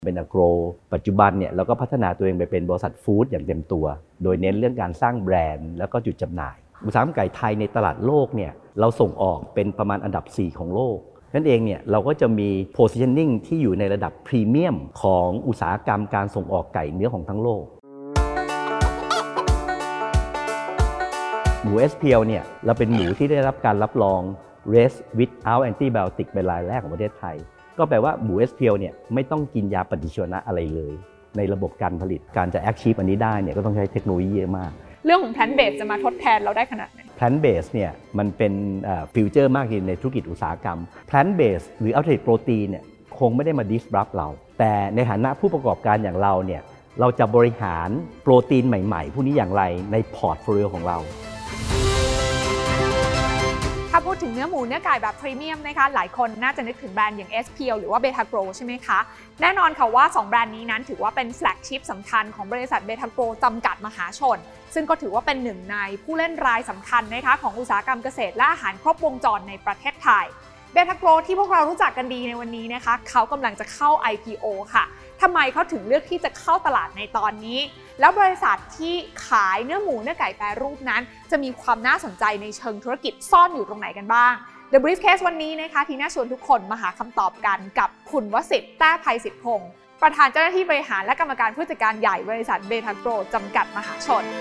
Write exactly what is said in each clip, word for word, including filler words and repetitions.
เป็นอะโกรปัจจุบันเนี่ยเราก็พัฒนาตัวเองไปเป็นบริษัทฟู้ดอย่างเต็มตัวโดยเน้นเรื่องการสร้างแบรนด์แล้วก็จุดจำหน่ายอุตสาหกรรมไก่ไทยในตลาดโลกเนี่ยเราส่งออกเป็นประมาณอันดับสี่ของโลกนั่นเองเนี่ยเราก็จะมี positioning ที่อยู่ในระดับพรีเมียมของอุตสาหกรรมการส่งออกไก่เนื้อของทั้งโลกหมู เอส พี แอล เนี่ยเราเป็นหมูที่ได้รับการรับรอง Raised Without Antibiotic เป็นรายแรกของประเทศไทยก็แปลว่าหมู เอส พี แอล เนี่ยไม่ต้องกินยาปฏิชีวนะอะไรเลยในระบบการผลิตการจะ achieve อันนี้ได้เนี่ยก็ต้องใช้เทคโนโลยีเยอะมากเรื่องของ plant based จะมาทดแทนเราได้ขนาดไหน plant based เนี่ยมันเป็นฟิวเจอร์มากในธุรกิจอุตสาหกรรม plant based หรือ alternative protein เนี่ยคงไม่ได้มา disrupt เราแต่ในฐานะผู้ประกอบการอย่างเราเนี่ยเราจะบริหารโปรตีนใหม่ๆพวกนี้อย่างไรในพอร์ตโฟลิโอของเราถ้าพูดถึงเนื้อหมูเนื้อไก่แบบพรีเมียมนะคะหลายคนน่าจะนึกถึงแบรนด์อย่าง เอส พี แอล หรือว่า Betagro ใช่ไหมคะแน่นอนค่ะว่าสองแบรนด์นี้นั้นถือว่าเป็นแฟลกชิพสำคัญของบริษัท Betagro จำกัดมหาชนซึ่งก็ถือว่าเป็นหนึ่งในผู้เล่นรายสำคัญนะคะของอุตสาหกรรมเกษตรและอาหารครบวงจรในประเทศไทย Betagro ที่พวกเรารู้จักกันดีในวันนี้นะคะเขากำลังจะเข้า ไอ พี โอ ค่ะทำไมเขาถึงเลือกที่จะเข้าตลาดในตอนนี้แล้วบริษัทที่ขายเนื้อหมูเนื้อไก่แปรรูปนั้นจะมีความน่าสนใจในเชิงธุรกิจซ่อนอยู่ตรงไหนกันบ้าง The Briefcase วันนี้นะคะที่น่าชวนทุกคนมาหาคำตอบกันกับคุณวสิทธิ์แต้ไพศิษฐ์พงศ์ประธานเจ้าหน้าที่บริหารและกรรมการผู้จัดการใหญ่บริษัท Betagro จำกัดมหาชน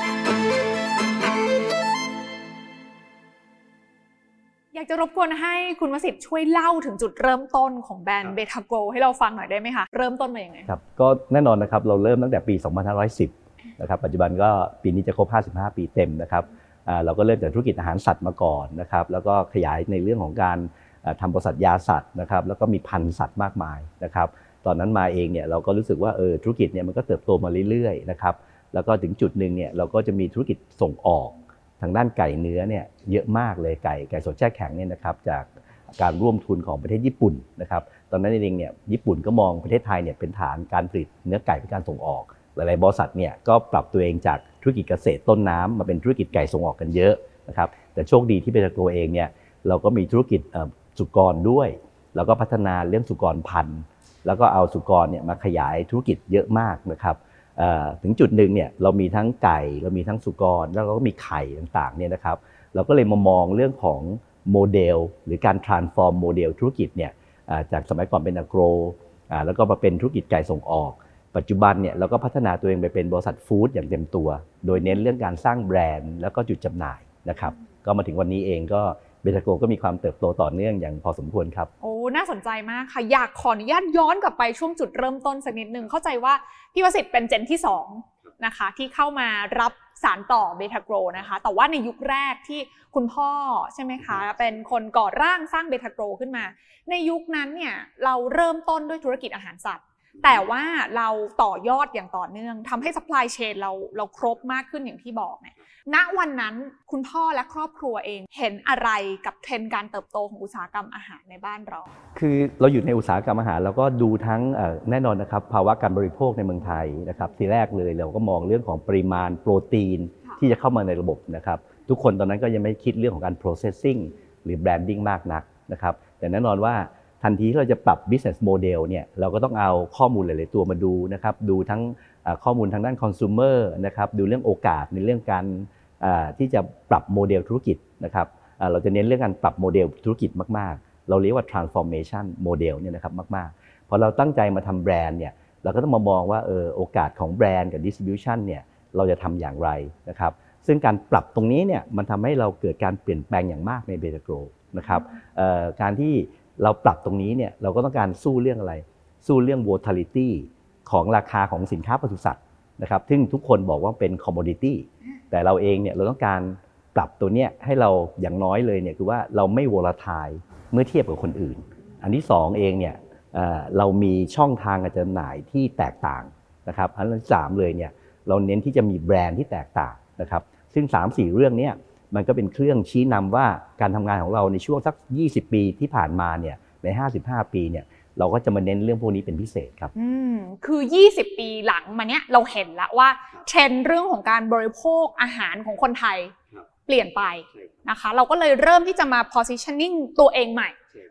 อยากจะรบกวนให้คุณวสิทธิ์ช่วยเล่าถึงจุดเริ่มต้นของแบรนด์ Betagro ให้เราฟังหน่อยได้ไหมคะเริ่มต้นมาอย่างไรครับก็แน่นอนนะครับเราเริ่มตั้งแต่ปีสองพันห้าร้อยสิบนะครับปัจจุบันก็ปีนี้จะครบห้าสิบห้าปีเต็มนะครับเราก็เริ่มจากธุรกิจอาหารสัตว์มาก่อนนะครับแล้วก็ขยายในเรื่องของการทำบริษัทยาสัตว์นะครับแล้วก็มีพันธุ์สัตว์มากมายนะครับตอนนั้นมาเองเนี่ยเราก็รู้สึกว่าเออธุรกิจเนี่ยมันก็เติบโตมาเรื่อยๆนะครับแล้วก็ถึงจุดหนึ่งเนี่ยเราก็จะมีธุรกิจส่งออกทางด้านไก่เนื้อเนี่ยเยอะมากเลยไก่ไก่สดแช่แข็งเนี่ยนะครับจากการร่วมทุนของประเทศญี่ปุ่นนะครับตอนนั้นเองเนี่ยญี่ปุ่นก็มองประเทศไทยเนี่ยเป็นฐานการผลิตเนื้อไก่เพื่อการส่งออกหลายๆบริษัทเนี่ยก็ปรับตัวเองจากธุรกิจเกษตรต้นน้ำมาเป็นธุรกิจไก่ส่งออกกันเยอะนะครับแต่โชคดีที่เป็นตัวเองเนี่ยเราก็มีธุรกิจสุกรด้วยแล้วก็พัฒนาเรื่องสุกรพันธุ์แล้วก็เอาสุกรเนี่ยมาขยายธุรกิจเยอะมากนะครับถึงจุดหนึ่งเนี่ยเรามีทั้งไก่เรามีทั้งสุกรแล้วเราก็มีไข่ต่างๆเนี่ยนะครับเราก็เลยมามองเรื่องของโมเดลหรือการ transform โมเดลธุรกิจเนี่ยจากสมัยก่อนเป็นอะโกรแล้วก็มาเป็นธุรกิจไก่ส่งออกปัจจุบันเนี่ยเราก็พัฒนาตัวเองไปเป็นบริษัทฟู้ดอย่างเต็มตัวโดยเน้นเรื่องการสร้างแบรนด์แล้วก็จุดจำหน่ายนะครับก็มาถึงวันนี้เองก็เบทาโกก็มีความเติบโตต่อเนื่องอย่างพอสมควรครับโอ้น่าสนใจมากค่ะอยากขออนุญาตย้อนกลับไปช่วงจุดเริ่มต้นสักนิดนึงเข้าใจว่าพี่วสิทธิ์เป็นเจนที่สองนะคะที่เข้ามารับสานต่อเบทาโกนะคะแต่ว่าในยุคแรกที่คุณพ่อใช่ไหมคะเป็นคนก่อร่างสร้างเบทาโกขึ้นมาในยุคนั้นเนี่ยเราเริ่มต้นด้วยธุรกิจอาหารสัตว์แต่ว่าเราต่อยอดอย่างต่อเนื่องทำให้ supply chain เราเราครบมากขึ้นอย่างที่บอกเนี่ยณวันนั้นคุณพ่อและครอบครัวเองเห็นอะไรกับเทรนด์การเติบโตของอุตสาหกรรมอาหารในบ้านเราคือเราอยู่ในอุตสาหกรรมอาหารเราก็ดูทั้งแน่นอนนะครับภาวะการบริโภคในเมืองไทยนะครับทีแรกเลยเราก็มองเรื่องของปริมาณโปรตีนที่จะเข้ามาในระบบนะครับทุกคนตอนนั้นก็ยังไม่คิดเรื่องของการ processing หรือ branding มากนักนะครับแต่แน่นอนว่าทันทีที่เราจะปรับ business model เนี่ยเราก็ต้องเอาข้อมูลหลายๆตัวมาดูนะครับดูทั้งข้อมูลทางด้าน consumer นะครับดูเรื่องโอกาสในเรื่องการที่จะปรับโมเดลธุรกิจนะครับเราจะเน้นเรื่องการปรับโมเดลธุรกิจมากๆเราเรียกว่า transformation model เนี่ยนะครับมากๆพอเราตั้งใจมาทำแบรนด์เนี่ยเราก็ต้องมามองว่าเออโอกาสของแบรนด์กับ distribution เนี่ยเราจะทำอย่างไรนะครับซึ่งการปรับตรงนี้เนี่ยมันทำให้เราเกิดการเปลี่ยนแปลงอย่างมากใน Betagro นะครับการที่เราปรับตรงนี้เนี่ยเราก็ต้องการสู้เรื่องอะไรสู้เรื่อง volatility ของราคาของสินค้าปศุสัตว์นะครับซึ่งทุกคนบอกว่าเป็น commodity แต่เราเองเนี่ยเราต้องการปรับตัวเนี้ยให้เราอย่างน้อยเลยเนี่ยคือว่าเราไม่ volatile เมื่อเทียบกับคนอื่นอันที่สองเองเนี่ยเรามีช่องทางการจำหน่ายที่แตกต่างนะครับอันที่สามเลยเนี่ยเราเน้นที่จะมีแบรนด์ที่แตกต่างนะครับซึ่ง สามสี่ เรื่องนี้มันก็เป็นเครื่องชี้นำว่าการทำงานของเราในช่วงสักยี่สิบปีที่ผ่านมาเนี่ยในห้าสิบห้าปีเนี่ยเราก็จะมาเน้นเรื่องพวกนี้เป็นพิเศษครับอืมคือยี่สิบปีหลังมาเนี้ยเราเห็นแล้วว่าเทรนด์เรื่องของการบริโภคอาหารของคนไทยเปลี่ยนไปนะคะเราก็เลยเริ่มที่จะมา positioning ตัวเองใหม่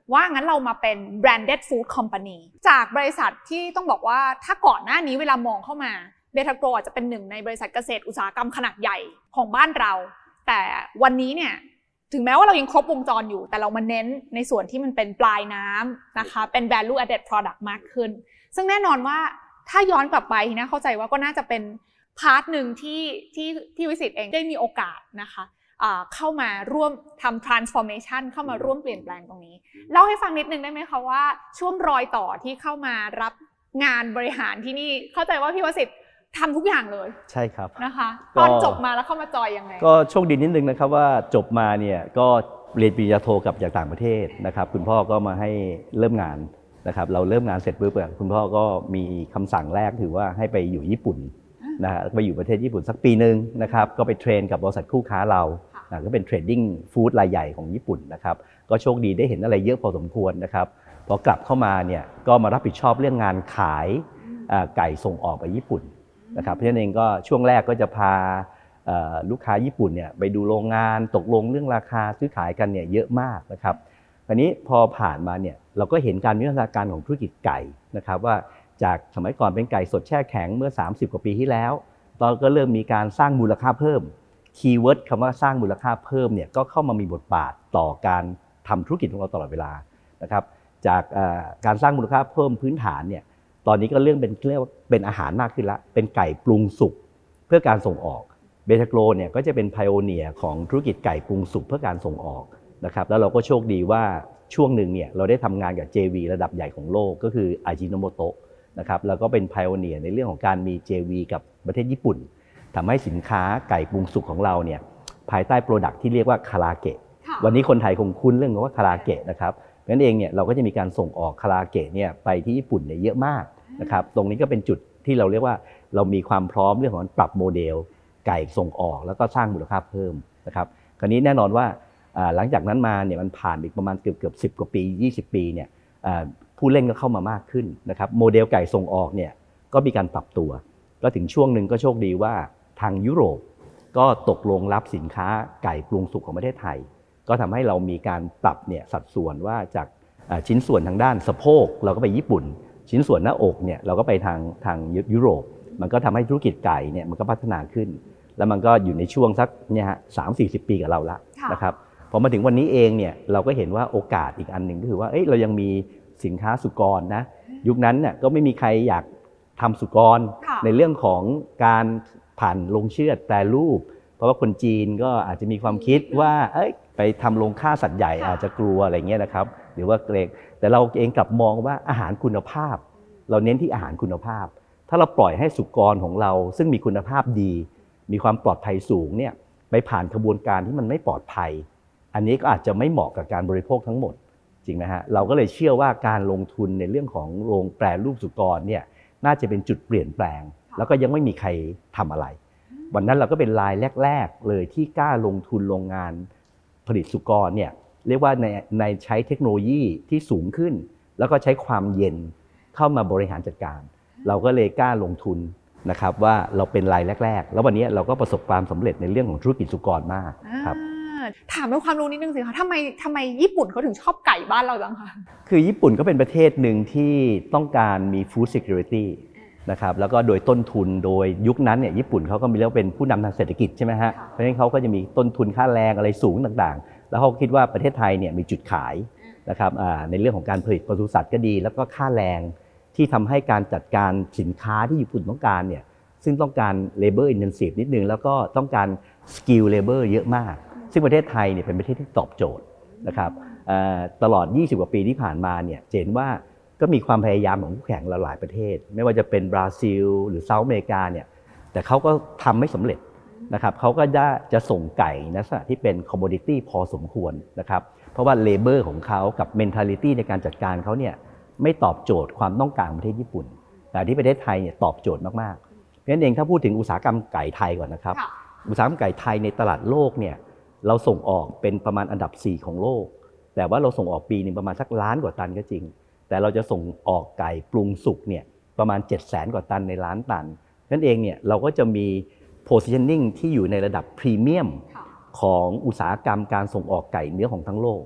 ว่างั้นเรามาเป็น branded food company จากบริษัทที่ต้องบอกว่าถ้าก่อนหน้านี้เวลามองเข้ามาเบทาโกรอาจจะเป็นหนึ่งในบริษัทเกษตรอุตสาหกรรมขนาดใหญ่ของบ้านเราแต่วันนี้เนี่ยถึงแม้ว่าเรายังครบวงจรอยู่แต่เรามาเน้นในส่วนที่มันเป็นปลายน้ำนะคะเป็น value added product มากขึ้นซึ่งแน่นอนว่าถ้าย้อนกลับไปนะเข้าใจว่าก็น่าจะเป็นพาร์ทหนึ่งที่ที่ที่วิสิตเองได้มีโอกาสนะคะเข้ามาร่วมทำ transformation เข้ามาร่วมเปลี่ยนแปลงตรงนี้เล่าให้ฟังนิดนึงได้ไหมคะว่าช่วงรอยต่อที่เข้ามารับงานบริหารที่นี่เข้าใจว่าพี่วสิทธิ์ทำทุกอย่างเลยใช่ครับนะคะตอนจบมาแล้วเข้ามาจอยยังไงก็โชคดีนิดนึงนะครับว่าจบมาเนี่ยก็เรียนปริญญาโทกับจากต่างประเทศนะครับคุณพ่อก็มาให้เริ่มงานนะครับเราเริ่มงานเสร็จปุ๊บคุณพ่อก็มีคำสั่งแรกถือว่าให้ไปอยู่ญี่ปุ่นนะฮะไปอยู่ประเทศญี่ปุ่นสักปีนึงนะครับก็ไปเทรนกับบริษัทคู่ค้าเราก็เป็นเทรดดิ้งฟู้ดรายใหญ่ของญี่ปุ่นนะครับก็โชคดีได้เห็นอะไรเยอะพอสมควรนะครับพอกลับเข้ามาเนี่ยก็มารับผิดชอบเรื่องงานขายไก่ส่งออกไปญี่ปุ่นนะครับเพราะฉะนั้นเองก็ช่วงแรกก็จะพาลูกค้าญี่ปุ่นเนี่ยไปดูโรงงานตกลงเรื่องราคาซื้อขายกันเนี่ยเยอะมากนะครับคราวนี้พอผ่านมาเนี่ยเราก็เห็นการวิวัฒนาการของธุรกิจไก่นะครับว่าจากสมัยก่อนเป็นไก่สดแช่แข็งเมื่อสามสิบกว่าปีที่แล้วตอนก็เริ่มมีการสร้างมูลค่าเพิ่มคีย์เวิร์ดคำว่าสร้างมูลค่าเพิ่มเนี่ยก็เข้ามามีบทบาทต่อการทำธุรกิจของเราตลอดเวลานะครับจากการสร้างมูลค่าเพิ่มพื้นฐานเนี่ยตอนนี้ก็เรื่องเป็นเรียกว่าเป็นอาหารมากขึ้นละเป็นไก่ปรุงสุกเพื่อการส่งออกเบทาโกรเนี่ยก็จะเป็นไพโอเนียร์ของธุรกิจไก่ปรุงสุกเพื่อการส่งออกนะครับแล้วเราก็โชคดีว่าช่วงหนึ่งเนี่ยเราได้ทำงานกับ เจ วี ระดับใหญ่ของโลกก็คืออาจิโนโมโตะนะครับแล้วก็เป็นไพโอเนียร์ในเรื่องของการมี เจ วี กับประเทศญี่ปุ่นทำให้สินค้าไก่ปรุงสุกของเราเนี่ยภายใต้โปรดักต์ที่เรียกว่าคาราเกะวันนี้คนไทยคงคุ้นเรื่องว่าคาราเกะนะครับเพราะฉะนั้นเองเนี่ยเราก็จะมีการส่งออกคาราเกะเนี่ยไปที่ญี่ปุ่นเนี่ยเยอะมากนะครับตรงนี้ก็เป็นจุดที่เราเรียกว่าเรามีความพร้อมเรื่องของปรับโมเดลไก่ส่งออกแล้วก็สร้างมูลค่าเพิ่มนะครับคราวนี้แน่นอนว่าหลังจากนั้นมาเนี่ยมันผ่านอีกประมาณเกือบเกือบสิบกว่าปียี่สิบปีเนี่ยผู้เล่นก็เข้ามามากขึ้นนะครับโมเดลไก่ส่งออกเนี่ยก็มีการปรับตัวก็ถึงช่วงหนึ่งก็โชคดีว่าทางยุโรปก็ตกลงรับสินค้าไก่ปรุงสุกของประเทศไทยก็ทำให้เรามีการปรับเนี่ยสัดส่วนว่าจากชิ้นส่วนทางด้านสะโพกเราก็ไปญี่ปุ่นชิ้นส่วนหน้าอกเนี่ยเราก็ไปทางทางยุโรปมันก็ทำให้ธุรกิจไก่เนี่ยมันก็พัฒนาขึ้นแล้วมันก็อยู่ในช่วงสักเนี่ยฮะสามสี่สิบปีกับเราละนะครับพอมาถึงวันนี้เองเนี่ยเราก็เห็นว่าโอกาสอีกอันหนึ่งก็คือว่าเอ้ยเรายังมีสินค้าสุกรนะยุคนั้นเนี่ยก็ไม่มีใครอยากทำสุกรในเรื่องของการผ่านโรงเชือดแปรรูปเพราะว่าคนจีนก็อาจจะมีความคิดว่าเอ้ยไปทำโรงฆ่าสัตว์ใหญ่อาจจะกลัวอะไรเงี้ยนะครับหรือว่าเกรงแต่เราเองกลับมองว่าอาหารคุณภาพเราเน้นที่อาหารคุณภาพถ้าเราปล่อยให้สุกรของเราซึ่งมีคุณภาพดีมีความปลอดภัยสูงเนี่ยไปผ่านกระบวนการที่มันไม่ปลอดภัยอันนี้ก็อาจจะไม่เหมาะกับการบริโภคทั้งหมดจริงไหมฮะเราก็เลยเชื่อว่าการลงทุนในเรื่องของโรงแปรรูปสุกรเนี่ยน่าจะเป็นจุดเปลี่ยนแปลงแล้วก็ยังไม่มีใครทำอะไรวันนั้นเราก็เป็นรายแรกๆเลยที่กล้าลงทุนโรงงานผลิตสุกรเนี่ยเรียกว่าในในใช้เทคโนโลยีที่สูงขึ้นแล้วก็ใช้ความเย็นเข้ามาบริหารจัดการเราก็เลยกล้าลงทุนนะครับว่าเราเป็นรายแรกๆแล้ววันนี้เราก็ประสบความสำเร็จในเรื่องของธุรกิจสุกรมากครับถามด้วยความรู้นิดนึงสิคะทำไมทำไมญี่ปุ่นเขาถึงชอบไก่บ้านเราจังคะคือญี่ปุ่นก็เป็นประเทศหนึ่งที่ต้องการมี food security นะครับแล้วก็โดยต้นทุนโดยยุคนั้นเนี่ยญี่ปุ่นเขาก็มีเรียกว่าเป็นผู้นำทางเศรษฐกิจใช่ไหมฮะเพราะฉะนั้นเขาก็จะมีต้นทุนค่าแรงอะไรสูงต่างๆแล้วเขาคิดว่าประเทศไทยเนี่ยมีจุดขายนะครับในเรื่องของการผลิตปศุสัตว์ก็ดีแล้วก็ค่าแรงที่ทำให้การจัดการสินค้าที่ญี่ปุ่นต้องการเนี่ยซึ่งต้องการ labor intensive นิดนึงแล้วก็ต้องการ skill labor เยอะมากซึ่งประเทศไทยเนี่ยเป็นประเทศที่ตอบโจทย์นะครับตลอดยี่สิบกว่าปีที่ผ่านมาเนี่ยเห็นว่าก็มีความพยายามของคู่แข่งหลายประเทศไม่ว่าจะเป็นบราซิลหรือเซาท์อเมริกาเนี่ยแต่เขาก็ทำไม่สำเร็จนะครับเขาก็จะจะส่งไก่ในลักษณะที่เป็นคอมโมดิตี้พอสมควรนะครับเพราะว่าเลเบอร์ของเขากับเมนทาลิตี้ในการจัดการเขาเนี่ยไม่ตอบโจทย์ความต้องการของประเทศญี่ปุ่นแต่ที่ประเทศไทยเนี่ยตอบโจทย์มากๆเพราะฉะนั้นเองถ้าพูดถึงอุตสาหกรรมไก่ไทยก่อนนะครับอุตสาหกรรมไก่ไทยในตลาดโลกเนี่ยเราส่งออกเป็นประมาณอันดับสี่ของโลกแต่ว่าเราส่งออกปีนึงประมาณสักล้านกว่าตันก็จริงแต่เราจะส่งออกไก่ปรุงสุกเนี่ยประมาณ เจ็ดแสน กว่าตันในล้านตันนั่นเองเนี่ยเราก็จะมี positioning ที่อยู่ในระดับพรีเมียมของอุตสาหกรรมการส่งออกไก่เนื้อของทั้งโลก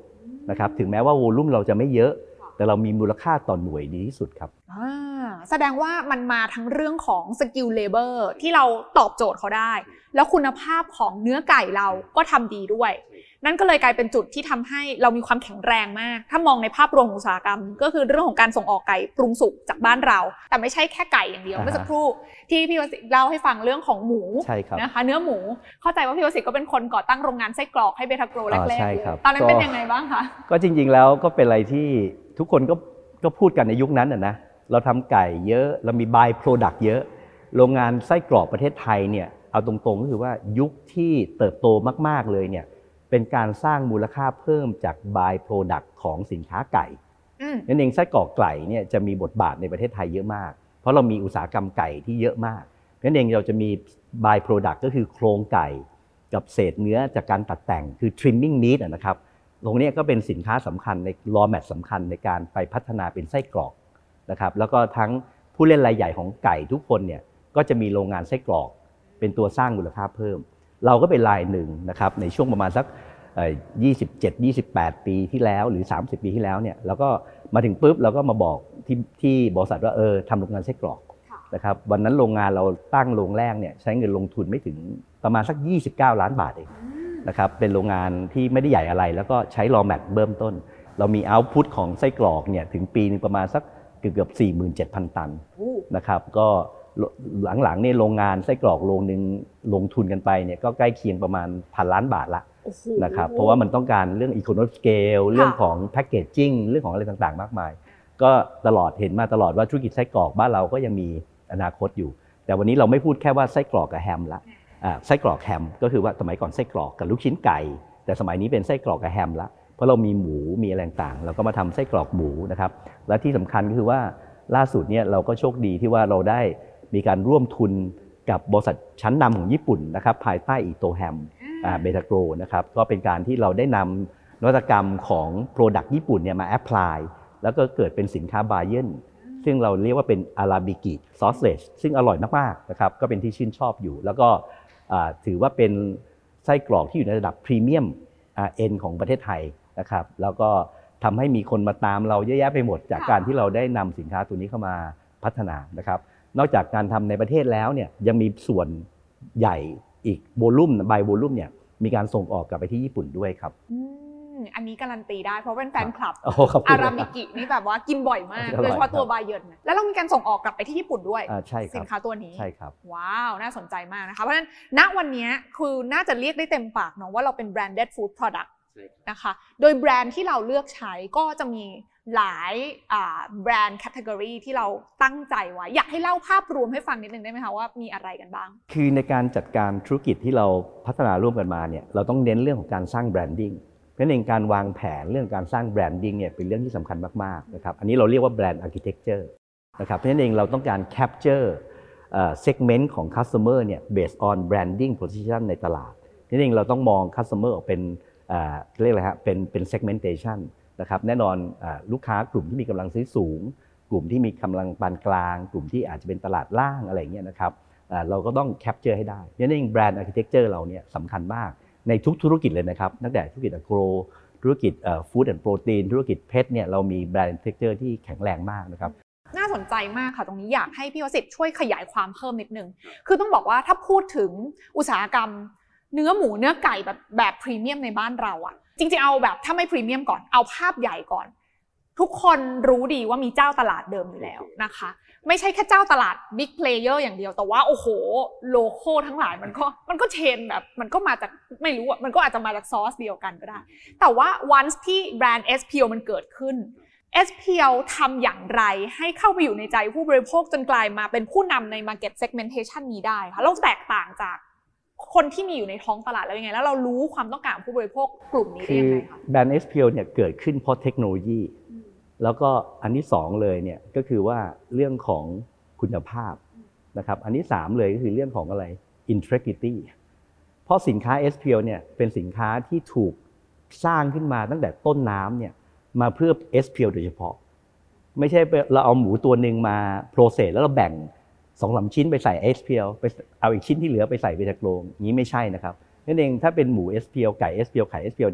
นะครับถึงแม้ว่าโวลุ่มเราจะไม่เยอะแต่เรามีมูลค่าต่อหน่วยดีที่สุดครับแสดงว่ามันมาทั้งเรื่องของสกิลเลเบอร์ที่เราตอบโจทย์เขาได้แล้วคุณภาพของเนื้อไก่เราก็ทำดีด้วยนั่นก็เลยกลายเป็นจุดที่ทำให้เรามีความแข็งแรงมากถ้ามองในภาพรวมอุตสาหกรรมก็คือเรื่องของการส่งออกไก่ปรุงสุกจากบ้านเราแต่ไม่ใช่แค่ไก่อย่างเดียวเมื่อสักครู่ที่พี่วสิทธิ์เล่าให้ฟังเรื่องของหมูนะคะเนื้อหมูเข้าใจว่าพี่วสิทธิ์ก็เป็นคนก่อตั้งโรงงานไส้กรอกให้เบทาโกรแรกๆตอนนั้นเป็นยังไงบ้างคะก็จริงๆแล้วก็เป็นอะไรที่ทุกคนก็ก็พูดกันในยุคนั้นนะเราทำไก่เยอะเรามี by product เยอะโรงงานไส้กรอกประเทศไทยเนี่ยเอาตรงๆก็คือว่ายุคที่เติบโตมากๆเลยเนี่ยเป็นการสร้างมูลค่าเพิ่มจาก by product ของสินค้าไก่นั่นเองไส้กรอกไก่เนี่ยจะมีบทบาทในประเทศไทยเยอะมากเพราะเรามีอุตสาหกรรมไก่ที่เยอะมากนั่นเองเราจะมี by product ก็คือโครงไก่กับเศษเนื้อจากการตัดแต่งคือ trimming meat นะครับตรงนี้ก็เป็นสินค้าสำคัญใน raw mat สำคัญในการไปพัฒนาเป็นไส้กรอกนะครับแล้วก็ทั้งผู้เล่นรายใหญ่ของไก่ทุกคนเนี่ยก็จะมีโรงงานไส้กรอกเป็นตัวสร้างมูลค่าเพิ่มเราก็เป็นรายหนึ่งนะครับในช่วงประมาณสักยี่สิบเจ็ด ยี่สิบแปดปีที่แล้วหรือสามสิบปีที่แล้วเนี่ยเราก็มาถึงปุ๊บเราก็มาบอกที่ที่บริษัทว่าเออทำโรงงานไส้กรอกนะครับวันนั้นโรงงานเราตั้งโรงแรกเนี่ยใช้เงินลงทุนไม่ถึงประมาณสักยี่สิบเก้าล้านบาทเองนะครับเป็นโรงงานที่ไม่ได้ใหญ่อะไรแล้วก็ใช้ raw mat เริ่มต้นเรามี output ของไส้กรอกเนี่ยถึงปีนึงประมาณสักเกือบ สี่หมื่นเจ็ดพัน ตันนะครับก็หลังๆเนี่ยโรงงานไส้กรอกโรงนึงลงทุนกันไปเนี่ยก็ใกล้เคียงประมาณพันล้านบาทละนะครับเพราะว่ามันต้องการเรื่อง economic scale เรื่องของ packaging เรื่องของอะไรต่างๆมากมายก็ตลอดเห็นมาตลอดว่าธุรกิจไส้กรอกบ้านเราก็ยังมีอนาคตอยู่แต่วันนี้เราไม่พูดแค่ว่าไส้กรอกกับแฮมละไส้กรอกแฮมก็คือว่าสมัยก่อนไส้กรอกกับลูกชิ้นไก่แต่สมัยนี้เป็นไส้กรอกกับแฮมละเพราะเรามีหมูมีอะไรต่างๆเราก็มาทำไส้กรอกหมูนะครับและที่สำคัญก็คือว่าล่าสุดเนี่ยเราก็โชคดีที่ว่าเราได้มีการร่วมทุนกับบริษัทชั้นนำของญี่ปุ่นนะครับภายใต้อิโตแฮมเบทาโกรนะครับก็เป็นการที่เราได้นำนวัตกรรมของ Product ญี่ปุ่นเนี่ยมาแอพพลายแล้วก็เกิดเป็นสินค้าบาเยนซึ่งเราเรียกว่าเป็นอาราบิกิซอสเลจซึ่งอร่อยมากๆนะครับก็เป็นที่ชื่นชอบอยู่แล้วก็ถือว่าเป็นไส้กรอกที่อยู่ในระดับพรีเมียมเอ็นของประเทศไทยนะครับแล้วก็ทำให้มีคนมาตามเราเยอะแยะไปหมดจากการที่เราได้นำสินค้าตัวนี้เข้ามาพัฒนานะครับนอกจากการทำในประเทศแล้วเนี่ยยังมีส่วนใหญ่อีกโวลุ่มใบโวลุ่มเนี่ยมีการส่งออกกลับไปที่ญี่ปุ่นด้วยครับอันนี้การันตีได้เพราะเป็นแฟนคลับอาราบิกินี่แบบว่ากินบ่อยมากโดยเฉพาะตัวบาเยิร์นแล้วเรามีการส่งออกกลับไปที่ญี่ปุ่นด้วยสินค้าตัวนี้ใช่ครับว้าวน่าสนใจมากนะคะเพราะฉะนั้นณวันนี้คือน่าจะเรียกได้เต็มปากเนาะว่าเราเป็น branded food product นะคะโดยแบรนด์ที่เราเลือกใช้ก็จะมีหลายแบรนด์แคตตากรีที่เราตั้งใจไว้อยากให้เล่าภาพรวมให้ฟังนิดนึงได้ไหมคะว่ามีอะไรกันบ้างคือในการจัดการธุรกิจที่เราพัฒนาร่วมกันมาเนี่ยเราต้องเน้นเรื่องของการสร้างแบรนดิ้งเพราะในการวางแผนเรื่องการสร้างแบรนดิ้งเนี่ยเป็นเรื่องที่สำคัญมากๆนะครับอันนี้เราเรียกว่าแบรนด์อาร์คิเทคเจอร์นะครับเพราะฉะนั้นเองเราต้องการแคปเจอร์เซกเมนต์ของ customer เนี่ย based on branding position ในตลาดนั่นเองเราต้องมอง customer ออกเป็นเรียกอะไรฮะเป็นเป็น segmentation นะครับแน่นอนลูกค้ากลุ่มที่มีกำลังซื้อสูงกลุ่มที่มีกำลังปานกลางกลุ่มที่อาจจะเป็นตลาดล่างอะไรอย่างเงี้ยนะครับเราก็ต้องแคปเจอร์ให้ได้นั่นเองแบรนด์อาร์คิเทคเจอร์เราเนี่ยสำคัญมากในทุกธุรกิจเลยนะครับตั้งแต่ธุรกิจอะโกรธุรกิจฟู้ดแอนด์โปรตีนธุรกิจเพชรเนี่ยเรามีแบรนด์อาร์คิเทคเจอร์ที่แข็งแรงมากนะครับน่าสนใจมากค่ะตรงนี้อยากให้พี่วสิทธิ์ช่วยขยายความเพิ่มนิดนึงคือต้องบอกว่าถ้าพูดถึงอุตสาหกรรมเนื้อหมูเนื้อไก่แบบแบบพรีเมียมในบ้านเราอะจริงๆเอาแบบถ้าไม่พรีเมียมก่อนเอาภาพใหญ่ก่อนทุกคนรู้ดีว่ามีเจ้าตลาดเดิมอยู่แล้วนะคะไม่ใช่แค่เจ้าตลาดบิ๊กเพลเยอร์อย่างเดียวแต่ว่าโอ้โหโลโก้ทั้งหลายมันก็มันก็เชนแบบมันก็มาจากไม่รู้อ่ะมันก็อาจจะมาจากซอสเดียวกันก็ได้แต่ว่า once ที่แบรนด์ เอส พี โอ มันเกิดขึ้น เอส พี โอ ทำอย่างไรให้เข้าไปอยู่ในใจผู้บริโภคจนกลายมาเป็นผู้นำใน market segmentation นี้ได้คะเราแตกต่างจากคนที่มีอยู่ในท้องตลาดแล้วยังไงแล้วเรารู้ความต้องการของผู้บริโภคกลุ่มนี้ได้ยังไงคะแบรนด์ เอส พี โอ เนี่ยเกิดขึ้นเพราะเทคโนโลยีแล้วก็อันที่สองเลยเนี่ยก็คือว่าเรื่องของคุณภาพนะครับอันที่สามเลยก็คือเรื่องของอะไร integrity เพราะสินค้า เอส พี โอ เนี่ยเป็นสินค้าที่ถูกสร้างขึ้นมาตั้งแต่ต้นน้ำเนี่ยมาเพื่อ เอส พี โอ โดยเฉพาะไม่ใช่เราเอาหมูตัวนึงมาโปรเซสแล้วเราแบ่งสองสามชิ้นไปใส่ เอส พี โอ ไปเอาอีกชิ้นที่เหลือไปใส่เบทาโกรนี้ไม่ใช่นะครับนั่นเองถ้าเป็นหมู เอส พี โอ ไก่ เอส พี โอ ไข่ เอส พี โอ เนี่ย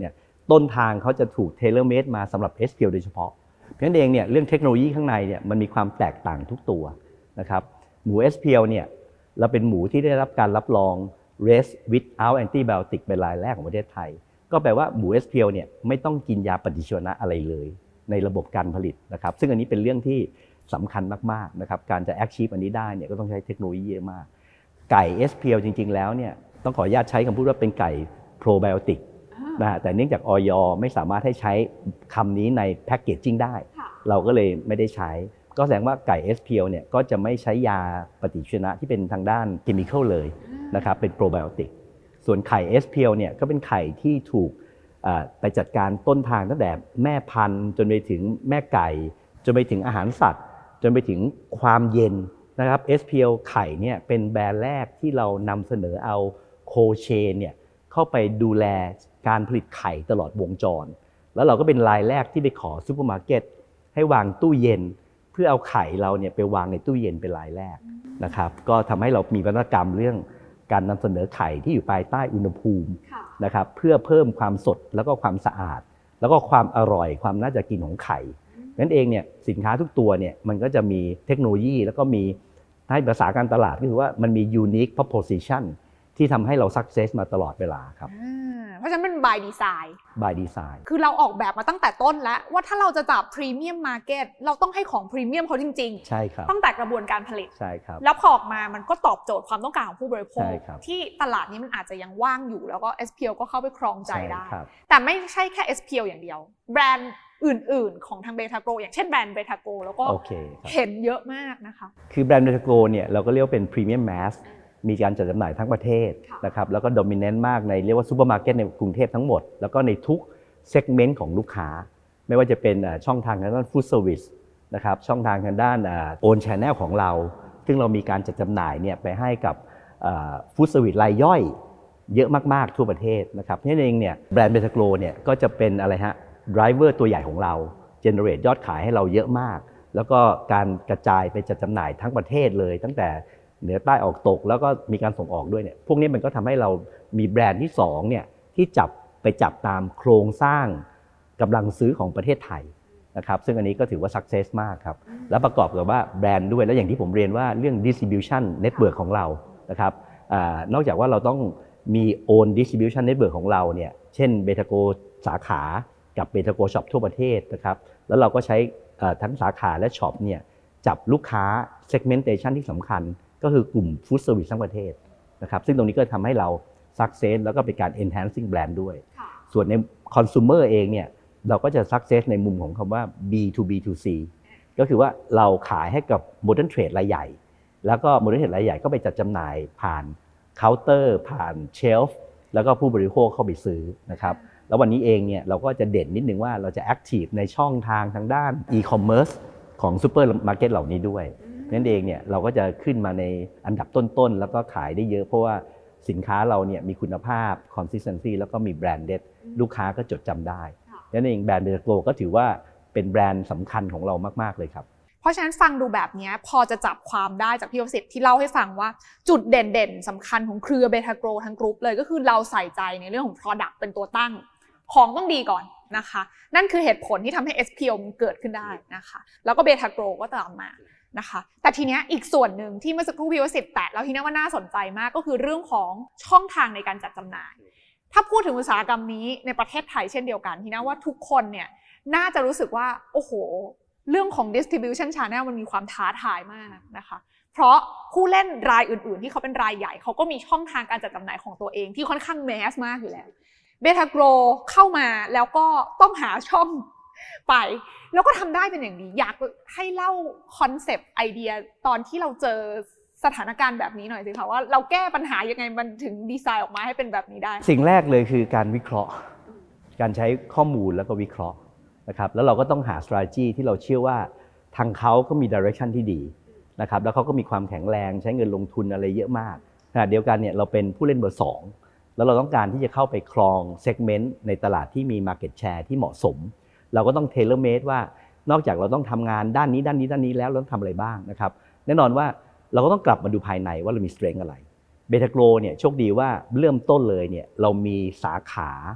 ต้นทางเขาจะถูกเทเลเมดมาสำหรับ เอส พี แอล โดยเฉพาะเพราะฉะนั้นเองเนี่ยเรื่องเทคโนโลยีข้างในเนี่ยมันมีความแตกต่างทุกตัวนะครับหมู เอส พี แอล เนี่ยเราเป็นหมูที่ได้รับการรับรอง raised without antibiotic เป็นรายแรกของประเทศไทยก็แปลว่าหมู เอส พี แอล เนี่ยไม่ต้องกินยาปฏิชีวนะอะไรเลยในระบบการผลิตนะครับซึ่งอันนี้เป็นเรื่องที่สำคัญมากๆนะครับการจะ achieve อันนี้ได้เนี่ยก็ต้องใช้เทคโนโลยีเยอะมากไก่ เอส พี แอล จริงๆแล้วเนี่ยต้องขออนุญาตใช้คำพูดว่าเป็นไก่ probiotic นะฮะแต่เนื่องจาก อย ไม่สามารถให้ใช้คำนี้ในแพคเกจจิ้งได้เราก็เลยไม่ได้ใช้ก็แสดงว่าไก่ เอส พี แอล เนี่ยก็จะไม่ใช้ยาปฏิชีวนะที่เป็นทางด้านเคมีคอลเลยนะครับเป็น probiotic ส่วนไข่ เอส พี แอล เนี่ยก็เป็นไข่ที่ถูกไปจัดการต้นทางตั้งแต่แม่พันธุ์จนไปถึงแม่ไก่จนไปถึงอาหารสัตว์จนไปถึงความเย็นนะครับ เอส พี แอล ไข่เนี่ยเป็นแบรนด์แรกที่เรานำเสนอเอาโคเชนเนี่ยเข้าไปดูแลการผลิตไข่ตลอดวงจรแล้วเราก็เป็นรายแรกที่ไปขอซูเปอร์มาร์เก็ตให้วางตู้เย็นเพื่อเอาไข่เราเนี่ยไปวางในตู้เย็นเป็นรายแรกนะครับก็ทำให้เรามีนวัตกรรมเรื่องการนำเสนอไข่ที่อยู่ภายใต้อุณหภูมินะครับเพื่อเพิ่มความสดแล้วก็ความสะอาดแล้วก็ความอร่อยความน่าจะกินของไข่นั่นเองเนี่ยสินค้าทุกตัวเนี่ยมันก็จะมีเทคโนโลยีแล้วก็มีให้ภาษาการตลาดก็คือว่ามันมี unique proposition ที่ทำให้เรา success มาตลอดเวลาครับเพราะฉะนั้นมัน by design by design คือเราออกแบบมาตั้งแต่ต้นแล้วว่าถ้าเราจะจับ premium market เราต้องให้ของพรีเมียมเขาจริงๆใช่ครับตั้งแต่กระบวนการผลิตใช่ครับแล้วพอออกมามันก็ตอบโจทย์ความต้องการของผู้บริโภคที่ตลาดนี้มันอาจจะยังว่างอยู่แล้วก็ เอส พี แอล ก็เข้าไปครองใจได้แต่ไม่ใช่แค่ เอส พี แอล อย่างเดียวแบรนด์อื่นๆของทางเบทาโกรอย่างเช่นแบรนด์เบทาโกรแล้วก็เห็นเยอะมากนะคะคือแบรนด์เบทาโกรเนี่ยเราก็เรียกว่าเป็น premium massมีการจัดจำหน่ายทั้งประเทศนะครับแล้วก็โดมิเนนต์มากในเรียกว่าซูเปอร์มาร์เก็ตในกรุงเทพทั้งหมดแล้วก็ในทุกเซกเมนต์ของลูกค้าไม่ว่าจะเป็นช่องทางทางด้านฟู้ดเซอร์วิสนะครับช่องทางทางด้านโอนแชนแนลของเราซึ่งเรามีการจัดจำหน่ายเนี่ยไปให้กับฟู้ดเซอร์วิสรายย่อยเยอะมากๆทั่วประเทศนะครับนี่เองเนี่ยแบรนด์เบทาโกรเนี่ยก็จะเป็นอะไรฮะไดรเวอร์ตัวใหญ่ของเราเจเนเรตยอดขายให้เราเยอะมากแล้วก็การกระจายไปจัดจำหน่ายทั้งประเทศเลยตั้งแต่เหนือใต้ออกตกแล้วก็มีการส่งออกด้วยเนี่ยพวกนี้มันก็ทำให้เรามีแบรนด์ที่สองเนี่ยที่จับไปจับตามโครงสร้างกำลังซื้อของประเทศไทยนะครับซึ่งอันนี้ก็ถือว่า success มากครับแล้วประกอบกับว่าแบรนด์ด้วยแล้วอย่างที่ผมเรียนว่าเรื่อง distribution network ของเรานะครับอ่านอกจากว่าเราต้องมี own distribution network ของเราเนี่ยเช่นเบทาโกสาขากับเบทาโกช็อปทั่วประเทศนะครับแล้วเราก็ใช้ทั้งสาขาและช็อปเนี่ยจับลูกค้า segmentation ที่สำคัญก็คือกลุ่ม food service ทั้งประเทศนะครับซึ่งตรงนี้ก็ทำให้เรา success แล้วก็เป็นการ enhancing brand ด้วยส่วนใน consumer เองเนี่ยเราก็จะ success ในมุมของคำว่า บี ทู บี ทู ซี ก็คือว่าเราขายให้กับ modern trade รายใหญ่แล้วก็ modern trade รายใหญ่ก็ไปจัดจำหน่ายผ่านเคาน์เตอร์ผ่านเชลฟ์แล้วก็ผู้บริโภคเข้าไปซื้อนะครับแล้ววันนี้เองเนี่ยเราก็จะเด่นนิดนึงว่าเราจะ active ในช่องทางทางด้าน e-commerce ของ super market เหล่านี้ด้วยนั่นเองเนี่ยเราก็จะขึ้นมาในอันดับต้นๆแล้วก็ขายได้เยอะเพราะว่าสินค้าเราเนี่ยมีคุณภาพ consistency แล้วก็มีแบรนด์เด็ดลูกค้าก็จดจำได้นั่นเองแบรนด์เบทาโกรก็ถือว่าเป็นแบรนด์สำคัญของเรามากๆเลยครับเพราะฉะนั้นฟังดูแบบนี้พอจะจับความได้จากพี่ประสิทธิ์ที่เล่าให้ฟังว่าจุดเด่นๆสำคัญของเครือเบทาโกรทั้งกรุ๊ปเลยก็คือเราใส่ใจในเรื่องของ product เป็นตัวตั้งของต้องดีก่อนนะคะนั่นคือเหตุผลที่ทำให้ เอส พี แอล มันเกิดขึ้นได้นะคะแล้วก็เบทาโกรก็ตามมานะคะแต่ทีเนี้ยอีกส่วนหนึ่งที่เมื่อสักครู่พี่ประสิทธิ์แตะแล้วทีนี้ว่าน่าสนใจมากก็คือเรื่องของช่องทางในการจัดจำหน่ายถ้าพูดถึงอุตสาหกรรมนี้ในประเทศไทยเช่นเดียวกันทีนี้ว่าทุกคนเนี่ยน่าจะรู้สึกว่าโอ้โหเรื่องของ distribution channel มันมีความท้าทายมากนะคะเพราะผู้เล่นรายอื่นๆที่เขาเป็นรายใหญ่เขาก็มีช่องทางการจัดจำหน่ายของตัวเองที่ค่อนข้างแมสมากอยู่แล้วเบทาโกรเข้ามาแล้วก็ต้องหาช่องไปแล้วก็ทำได้เป็นอย่างดีอยากให้เล่าคอนเซปต์ไอเดียตอนที่เราเจอสถานการณ์แบบนี้หน่อยสิคะว่าเราแก้ปัญหายังไงมันถึงดีไซน์ออกมาให้เป็นแบบนี้ได้สิ่งแรกเลยคือการวิเคราะห์การใช้ข้อมูลแล้วก็วิเคราะห์นะครับแล้วเราก็ต้องหา strategy ที่เราเชื่อว่าทางเขาก็มี direction ที่ดีนะครับแล้วเขาก็มีความแข็งแรงใช้เงินลงทุนอะไรเยอะมากขณะเดียวกันเนี่ยเราเป็นผู้เล่นเบอร์สองแล้วเราต้องการที่จะเข้าไปครอง segment ในตลาดที่มี market share ที่เหมาะสมเราก็ต้อง tailor made ว่านอกจากเราต้องทำงานด้านนี้ด้านนี้ด้านนี้แล้วเราต้องทำอะไรบ้างนะครับแน่นอนว่าเราก็ต้องกลับมาดูภายในว่าเรามี strength อะไรเบทาโกรเนี่ยโชคดีว่าเริ่มต้นเลยเนี่ยเรามีสาขาที่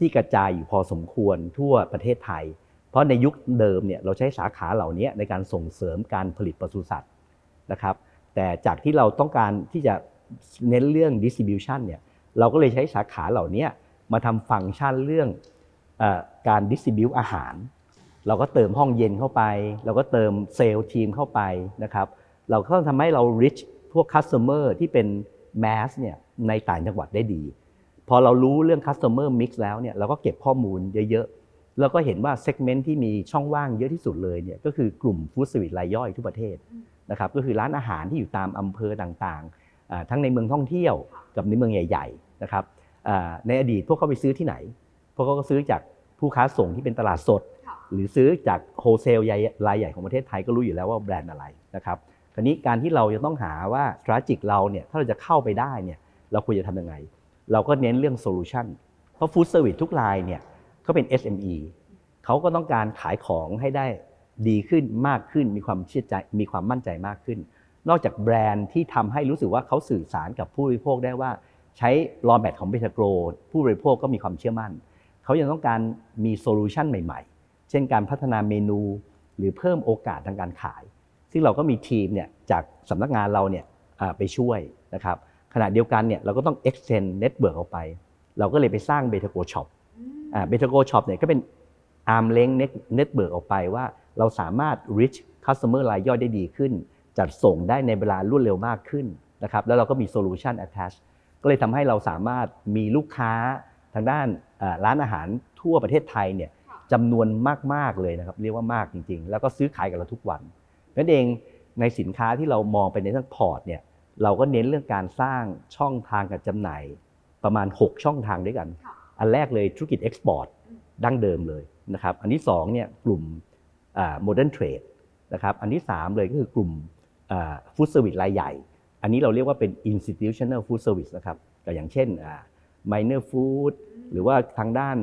ที่กระจายอยู่พอสมควรทั่วประเทศไทยเพราะในยุคเดิมเนี่ยเราใช้สาขาเหล่านี้ในการส่งเสริมการผลิตปศุสัตว์นะครับแต่จากที่เราต้องการที่จะเน้นเรื่อง distribution เนี่ยเราก็เลยใช้สาขาเหล่านี้มาทำฟังก์ชันเรื่องเอ่อการ distribute อาหารเราก็เติมห้องเย็นเข้าไปเราก็เติมเซลล์ทีมเข้าไปนะครับเราก็ทำให้เรา reach พวก customer ที่เป็น mass เนี่ยในต่างจังหวัดได้ดีพอเรารู้เรื่อง customer mix แล้วเนี่ยเราก็เก็บข้อมูลเยอะๆแล้วก็เห็นว่า segment ที่มีช่องว่างเยอะที่สุดเลยเนี่ยก็คือกลุ่ม food service รายย่อยทั่วประเทศนะครับก็คือร้านอาหารที่อยู่ตามอำเภอต่างๆทั้งในเมืองท่องเที่ยวกับในเมืองใหญ่ๆนะครับในอดีตพวกเขาไปซื้อที่ไหนพวกเขาก็ซื้อจากผู้ค้าส่งที่เป็นตลาดสดหรือซื้อจากโฮลเซลรายใหญ่ของประเทศไทยก็รู้อยู่แล้วว่าแบรนด์อะไรนะครับคราวนี้การที่เราจะต้องหาว่า strategic เราเนี่ยถ้าเราจะเข้าไปได้เนี่ยเราควรจะทำยังไงเราก็เน้นเรื่อง solution เพราะ food service ทุกรายเนี่ยเขาเป็น เอส เอ็ม อี เขาก็ต้องการขายของให้ได้ดีขึ้นมากขึ้นมีความเชื่อใจมีความมั่นใจมากขึ้นนอกจากแบรนด์ที่ทำให้รู้สึกว่าเขาสื่อสารกับผู้บริโภคได้ว่าใช้ raw mat ของ Betagro ผู้บริโภคก็มีความเชื่อมั่นเขายังต้องการมีโซลูชันใหม่ๆเช่นการพัฒนาเมนูหรือเพิ่มโอกาสทางการขายซึ่งเราก็มีทีมเนี่ยจากสำนักงานเราเนี่ยไปช่วยนะครับขณะเดียวกันเนี่ยเราก็ต้อง extend network ออกไปเราก็เลยไปสร้าง Betagro Shop อ่า Betagro Shop เนี่ยก็เป็น arm length network ออกไปว่าเราสามารถ reach customer รายย่อยได้ดีขึ้นจัดส่งได้ในเวลารวดเร็วมากขึ้นนะครับแล้วเราก็มี solution attach ก็เลยทำให้เราสามารถมีลูกค้าทางด้านร้านอาหารทั่วประเทศไทยเนี่ยจำนวนมากๆเลยนะครับเรียกว่ามากจริงๆแล้วก็ซื้อขายกับเราทุกวันนั่นเองในสินค้าที่เรามองไปในทั้งพอร์ตเนี่ยเราก็เน้นเรื่องการสร้างช่องทางการจำหน่ายประมาณหกช่องทางด้วยกันอันแรกเลยธุรกิจเอ็กซ์พอร์ตดั้งเดิมเลยนะครับอันที่สองเนี่ยกลุ่มโมเดิร์นเทรดนะครับอันที่สามเลยก็คือกลุ่มฟู้ดเซอร์วิสรายใหญ่อันนี้เราเรียกว่าเป็น institutional food service นะครับก็อย่างเช่น minor food หรือว่าทางด้าน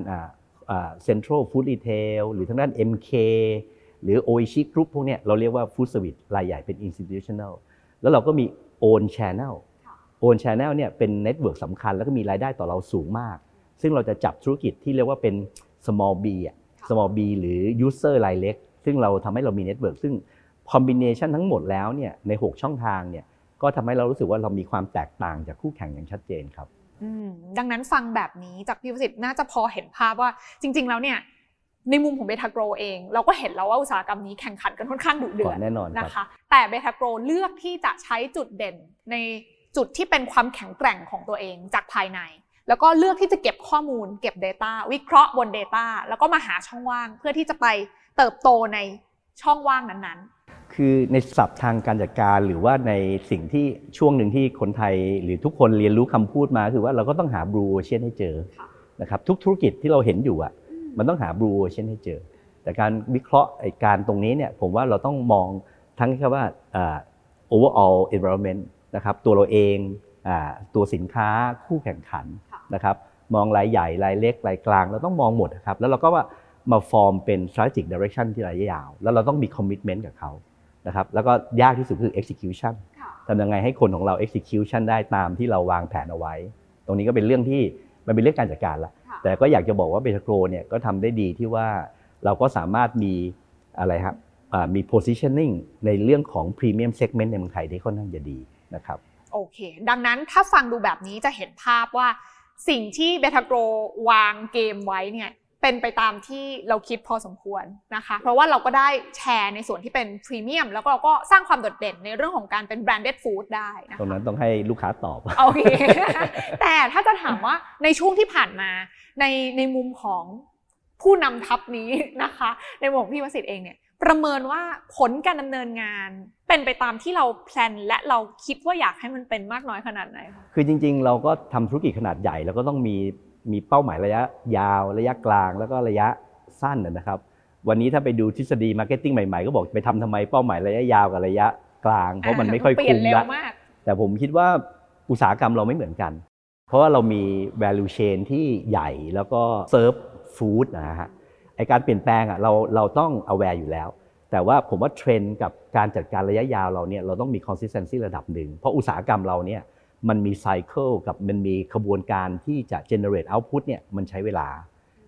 central food retail หรือทางด้าน เอ็ม เค หรือ Oishi Group พวกนี้เราเรียกว่า food service รายใหญ่เป็น institutional แล้วเราก็มี own channel own channel เนี่ยเป็น network สำคัญแล้วก็มีรายได้ต่อเราสูงมากซึ่งเราจะจับธุรกิจที่เรียกว่าเป็น small b small b หรือ user รายเล็กซึ่งเราทำให้เรามี network ซึ่ง combination ทั้งหมดแล้วเนี่ยในหกช่องทางเนี่ยก็ทำให้เรารู้สึกว่าเรามีความแตกต่างจากคู่แข่งอย่างชัดเจนครับดังนั้นฟังแบบนี้จากพี่ประสิทธิ์น่าจะพอเห็นภาพว่าจริงๆแล้วเนี่ยในมุมของเบทาโกรเองเราก็เห็นแล้วว่าอุตสาหกรรมนี้แข่งขันกันค่อนข้างดุเดือดแน่นอนนะคะแต่เบทาโกรเลือกที่จะใช้จุดเด่นในจุดที่เป็นความแข็งแกร่งของตัวเองจากภายในแล้วก็เลือกที่จะเก็บข้อมูลเก็บ data วิเคราะห์บน data แล้วก็มาหาช่องว่างเพื่อที่จะไปเติบโตในช่องว่างนั้นๆคือในศัพท์ทางการจัดการหรือว่าในสิ่งที่ช่วงหนึ่งที่คนไทยหรือทุกคนเรียนรู้คำพูดมาคือว่าเราก็ต้องหา Blue Ocean ให้เจอนะครับทุกธุรกิจที่เราเห็นอยู่อ่ะมันต้องหา Blue Ocean ให้เจอแต่การวิเคราะห์ไอ้การตรงนี้เนี่ยผมว่าเราต้องมองทั้งแค่ว่า overall environment นะครับตัวเราเองตัวสินค้าคู่แข่งขันนะครับมองรายใหญ่รายเล็กรายกลางเราต้องมองหมดครับแล้วเราก็ว่ามาฟอร์มเป็น strategic direction ที่ระยะยาวแล้วเราต้องมี commitment กับเขานะครับแล้วก็ยากที่สุดคือ execution ทำยังไงให้คนของเรา execution ได้ตามที่เราวางแผนเอาไว้ตรงนี้ก็เป็นเรื่องที่มันเป็นเรื่องการจัดการละแต่ก็อยากจะบอกว่าเบทาโกรเนี่ยก็ทำได้ดีที่ว่าเราก็สามารถมีอะไรครับมี positioning ในเรื่องของ premium segment ในเมืองไทยได้ค่อนข้างจะดีนะครับโอเคดังนั้นถ้าฟังดูแบบนี้จะเห็นภาพว่าสิ่งที่เบทาโกรวางเกมไว้เนี่ยเป็นไปตามที่เราคิดพอสมควรนะคะเพราะว่าเราก็ได้แชร์ในส่วนที่เป็นพรีเมียมแล้วก็เราก็สร้างความโดดเด่นในเรื่องของการเป็น branded food ได้นะคะตรงนั้นต้องให้ลูกค้าตอบโอเค แต่ถ้าจะถามว่าในช่วงที่ผ่านมาในในมุมของผู้นำทัพนี้นะคะในมุมของพี่วสิทธิ์เองเนี่ยประเมินว่าผลการดำเนินงานเป็นไปตามที่เราแพลนและเราคิดว่าอยากให้มันเป็นมากน้อยขนาดไหนคะคือจริงๆเราก็ทำธุรกิจขนาดใหญ่แล้วก็ต้องมีมีเป้าหมายระยะยาวระยะกลางแล้วก็ระยะสั้นนะครับวันนี้ถ้าไปดูทฤษฎีมาร์เก็ตติ้งใหม่ๆก็บอกไปทำทำไมเป้าหมายระยะยาวกับระยะกลางเพราะมันไม่ค่อยคุ้มละแต่ผมคิดว่าอุตสาหกรรมเราไม่เหมือนกันเพราะว่าเรามี value chain ที่ใหญ่แล้วก็เซิร์ฟฟู้ดนะฮะไอการเปลี่ยนแปลงอ่ะเราเราต้อง aware อยู่แล้วแต่ว่าผมว่าเทรนด์กับการจัดการระยะยาวเราเนี่ยเราต้องมี consistency ระดับหนึ่งเพราะอุตสาหกรรมเราเนี่ยมันมีไซเคิลกับมันมีขบวนการที่จะ generate output เนี่ยมันใช้เวลา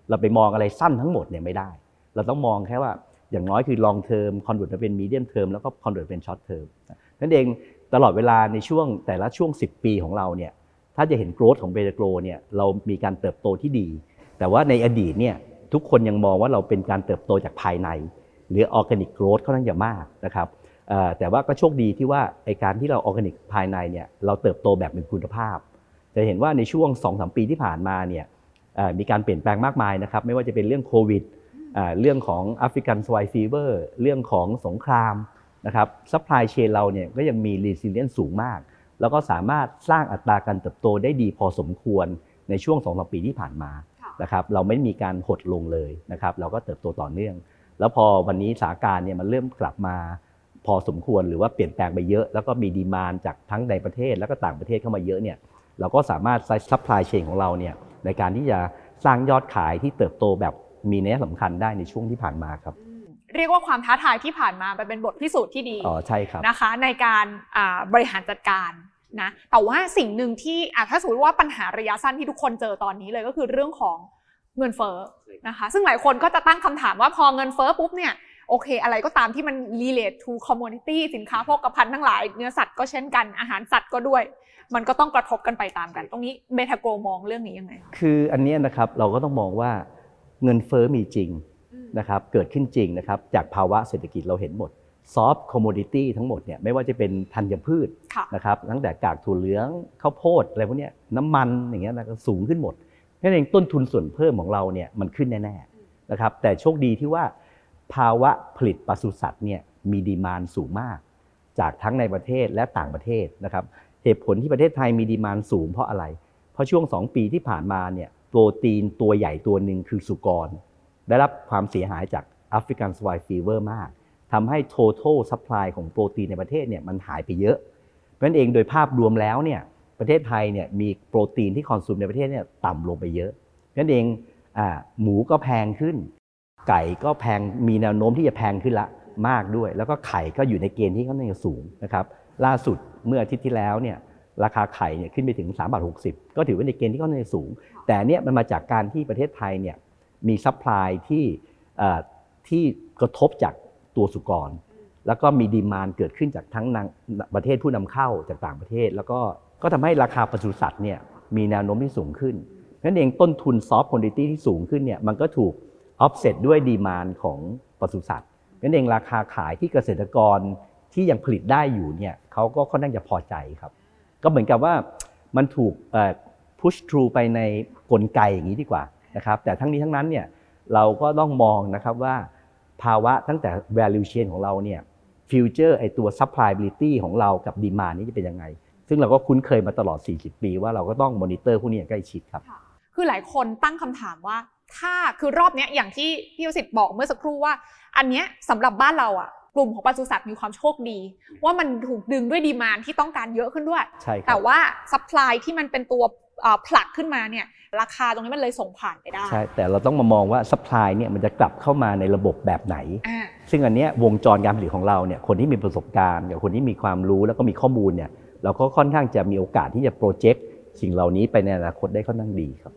เราไปมองอะไรสั้นทั้งหมดเนี่ยไม่ได้เราต้องมองแค่ว่าอย่างน้อยคือ long term convert มาเป็น medium term แล้วก็ convert เป็น short term นั่นเองตลอดเวลาในช่วงแต่ละช่วงสิบปีของเราเนี่ยถ้าจะเห็น growth ของ Betagro เนี่ยเรามีการเติบโตที่ดีแต่ว่าในอดีตเนี่ยทุกคนยังมองว่าเราเป็นการเติบโตจากภายในหรือ organic growth ค่อนข้างจะมากนะครับแต่ว่าก็โชคดีที่ว่าไอ้การที่เรา organic ภายในเนี่ยเราเติบโตแบบมีคุณภาพจะเห็นว่าในช่วง สองถึงสาม ปีที่ผ่านมาเนี่ยมีการเปลี่ยนแปลงมากมายนะครับไม่ว่าจะเป็นเรื่องโควิดเรื่องของ African Swine Fever เรื่องของสงครามนะครับ supply chain เราเนี่ยก็ยังมี resilience สูงมากแล้วก็สามารถสร้างอัตราการเติบโตได้ดีพอสมควรในช่วง สองถึงสาม ปีที่ผ่านมานะครับเราไม่มีการหดลงเลยนะครับเราก็เติบโตต่อเนื่องแล้วพอวันนี้สถานการณ์เนี่ยมันเริ่มกลับมาพอสมควรหรือว่าเปลี่ยนแปลงไปเยอะแล้วก็มีดีมานด์จากทั้งในประเทศแล้วก็ต่างประเทศเข้ามาเยอะเนี่ยเราก็สามารถใช้ supply chain ของเราเนี่ยในการที่จะสร้างยอดขายที่เติบโตแบบมีนัยสำคัญได้ในช่วงที่ผ่านมาครับเรียกว่าความท้าทายที่ผ่านมาเป็นบทพิสูจน์ที่ดีอ๋อใช่ครับนะคะในการบริหารจัดการนะแต่ว่าสิ่งหนึ่งที่ถ้าสมมติว่าปัญหาระยะสั้นที่ทุกคนเจอตอนนี้เลยก็คือเรื่องของเงินเฟ้อนะคะซึ่งหลายคนก็จะตั้งคำถามว่าพอเงินเฟ้อปุ๊บเนี่ยโอเคอะไรก็ตามที่มัน relate to commodity สินค้าโภคภัณฑ์ทั้งหลายเนื้อสัตว์ก็เช่นกันอาหารสัตว์ก็ด้วยมันก็ต้องกระทบกันไปตามกันตรงนี้เบทาโกมองเรื่องนี้ยังไงคืออันนี้นะครับเราก็ต้องมองว่าเงินเฟ้อมีจริงนะครับเกิดขึ้นจริงนะครับจากภาวะเศรษฐกิจเราเห็นหมดซอฟต์คอมโมดิตี้ทั้งหมดเนี่ยไม่ว่าจะเป็นธัญพืชนะครับตั้งแต่กากถั่วเหลืองข้าวโพดอะไรพวกนี้น้ำมันอย่างเงี้ยนะสูงขึ้นหมดนั่นเองต้นทุนส่วนเพิ่มของเราเนี่ยมันขึ้นแน่ๆนะครับแต่โชคดีที่ว่าภาวะผลิตปศุสัตว์เนี่ยมีดีมานด์สูงมากจากทั้งในประเทศและต่างประเทศนะครับเหตุผลที่ประเทศไทยมีดีมานด์สูงเพราะอะไรเพราะช่วงสองปีที่ผ่านมาเนี่ยโปรตีนตัวใหญ่ตัวหนึ่งคือสุกรได้รับความเสียหายจาก African Swine Fever มากทำให้ total supply ของโปรตีนในประเทศเนี่ยมันหายไปเยอะเพราะฉะนั้นเองโดยภาพรวมแล้วเนี่ยประเทศไทยเนี่ยมีโปรตีนที่คอนซูมในประเทศเนี่ยต่ำลงไปเยอะเพราะฉะนั้นเองอ่าหมูก็แพงขึ้นไก่ก็แพงมีแนวโน้มที่จะแพงขึ้นละมากด้วยแล้วก็ไข่ก็อยู่ในเกณฑ์ที่ค่อนข้างจะสูงนะครับล่าสุดเมื่ออาทิตย์ที่แล้วเนี่ยราคาไข่เนี่ยขึ้นไปถึงสามบาทหกสิบก็ถือว่าในเกณฑ์ที่ค่อนข้างจะสูงแต่เนี่ยมันมาจากการที่ประเทศไทยเนี่ยมีซัพพลายที่ที่กระทบจากตัวสุกรแล้วก็มีดีมานด์เกิดขึ้นจากทั้งประเทศผู้นำเข้าจากต่างประเทศแล้วก็ก็ทำให้ราคาปศุสัตว์เนี่ยมีแนวโน้มที่สูงขึ้นนั่นเองต้นทุนซอฟต์คอมโมดิตี้ที่สูงขึ้นเนี่ยมันก็ถูกออฟเซตด้วยดีมานด์ของปศุสัตว์นั่นเองราคาขายที่เกษตรกรที่ยังผลิตได้อยู่เนี่ยเขาก็ค่อนข้างจะพอใจครับก็เหมือนกับว่ามันถูกพุชทรูไปในกลไกอย่างนี้ดีกว่านะครับแต่ทั้งนี้ทั้งนั้นเนี่ยเราก็ต้องมองนะครับว่าภาวะตั้งแต่ value chain ของเราเนี่ย future ไอตัว supplyability ของเรากับ demand นี้จะเป็นยังไงซึ่งเราก็คุ้นเคยมาตลอดสี่สิบปีว่าเราก็ต้อง monitor พวกนี้อย่างใกล้ชิดครับคือหลายคนตั้งคำถามว่าถ้าคือรอบนี้อย่างที่พี่ประสิทธิ์บอกเมื่อสักครู่ว่าอันเนี้ยสำหรับบ้านเราอ่ะกลุ่มของปศุสัตว์มีความโชคดีว่ามันถูกดึงด้วยดีมานด์ที่ต้องการเยอะขึ้นด้วยแต่ว่า supply ที่มันเป็นตัวผลักขึ้นมาเนี่ยราคาตรงนี้มันเลยส่งผ่านไปได้ใช่แต่เราต้องมามองว่า supply เนี่ยมันจะกลับเข้ามาในระบบแบบไหนซึ่งอันเนี้ยวงจรการผลิตของเราเนี่ยคนที่มีประสบการณ์กับคนที่มีความรู้แล้วก็มีข้อมูลเนี่ยเราก็ค่อนข้างจะมีโอกาสที่จะโปรเจกต์สิ่งเหล่านี้ไปในอนาคตได้ค่อนข้างดีครับ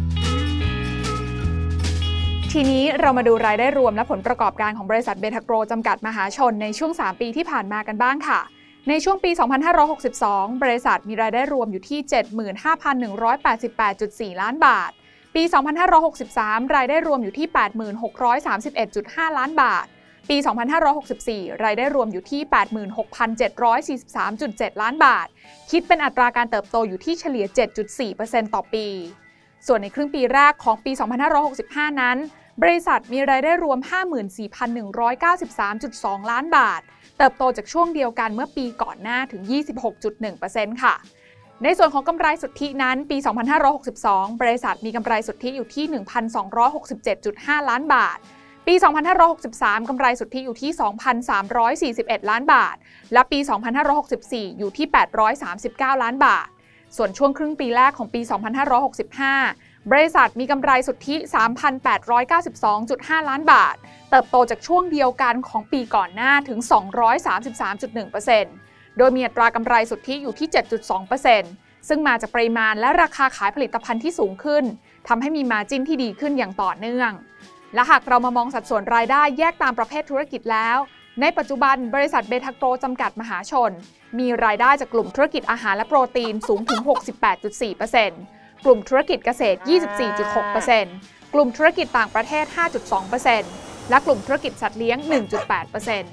ทีนี้เรามาดูรายได้รวมและผลประกอบการของบริษัทเบทาโกรจำกัดมหาชนในช่วงสามปีที่ผ่านมากันบ้างค่ะในช่วงปีสองพันห้าร้อยหกสิบสองบริษัทมีรายได้รวมอยู่ที่ เจ็ดหมื่นห้าพันหนึ่งร้อยแปดสิบแปดจุดสี่ ล้านบาทปีสองพันห้าร้อยหกสิบสามรายได้รวมอยู่ที่ แปดหมื่นหกร้อยสามสิบเอ็ดจุดห้า ล้านบาทปีสองพันห้าร้อยหกสิบสี่รายได้รวมอยู่ที่ แปดหมื่นหกพันเจ็ดร้อยสี่สิบสามจุดเจ็ด ล้านบาทคิดเป็นอัตราการเติบโตอยู่ที่เฉลี่ย เจ็ดจุดสี่เปอร์เซ็นต์ ต่อปีส่วนในครึ่งปีแรกของปีสองพันห้าร้อยหกสิบห้านั้นบริษัทมีรายได้รวม ห้าหมื่นสี่พันหนึ่งร้อยเก้าสิบสามจุดสอง ล้านบาทเติบโตจากช่วงเดียวกันเมื่อปีก่อนหน้าถึง ยี่สิบหกจุดหนึ่งเปอร์เซ็นต์ ค่ะในส่วนของกำไรสุทธินั้นปีสองพันห้าร้อยหกสิบสองบริษัทมีกำไรสุทธิอยู่ที่ หนึ่งพันสองร้อยหกสิบเจ็ดจุดห้า ล้านบาทปีสองพันห้าร้อยหกสิบสามกำไรสุทธิอยู่ที่ สองพันสามร้อยสี่สิบเอ็ด ล้านบาทและปีสองพันห้าร้อยหกสิบสี่อยู่ที่แปดร้อยสามสิบเก้าล้านบาทส่วนช่วงครึ่งปีแรกของปีสองพันห้าร้อยหกสิบห้าบริษัทมีกำไรสุทธิ สามพันแปดร้อยเก้าสิบสองจุดห้า ล้านบาทเติบโตจากช่วงเดียวกันของปีก่อนหน้าถึง สองร้อยสามสิบสามจุดหนึ่งเปอร์เซ็นต์ โดยมีอัตรากำไรสุทธิอยู่ที่ เจ็ดจุดสองเปอร์เซ็นต์ซึ่งมาจากปริมาณและราคาขายผลิตภัณฑ์ที่สูงขึ้นทำให้มีมาร์จิ้นที่ดีขึ้นอย่างต่อเนื่องและหากเรามามองสัดส่วนรายได้แยกตามประเภทธุรกิจแล้วในปัจจุบันบริษัทเบทาโกรจำกัดมหาชนมีรายได้จากกลุ่มธุรกิจอาหารและโปรตีนสูงถึง หกสิบแปดจุดสี่เปอร์เซ็นต์ กลุ่มธุรกิจเกษตร ยี่สิบสี่จุดหกเปอร์เซ็นต์ กลุ่มธุรกิจต่างประเทศ ห้าจุดสองเปอร์เซ็นต์ และกลุ่มธุรกิจสัตว์เลี้ยง หนึ่งจุดแปดเปอร์เซ็นต์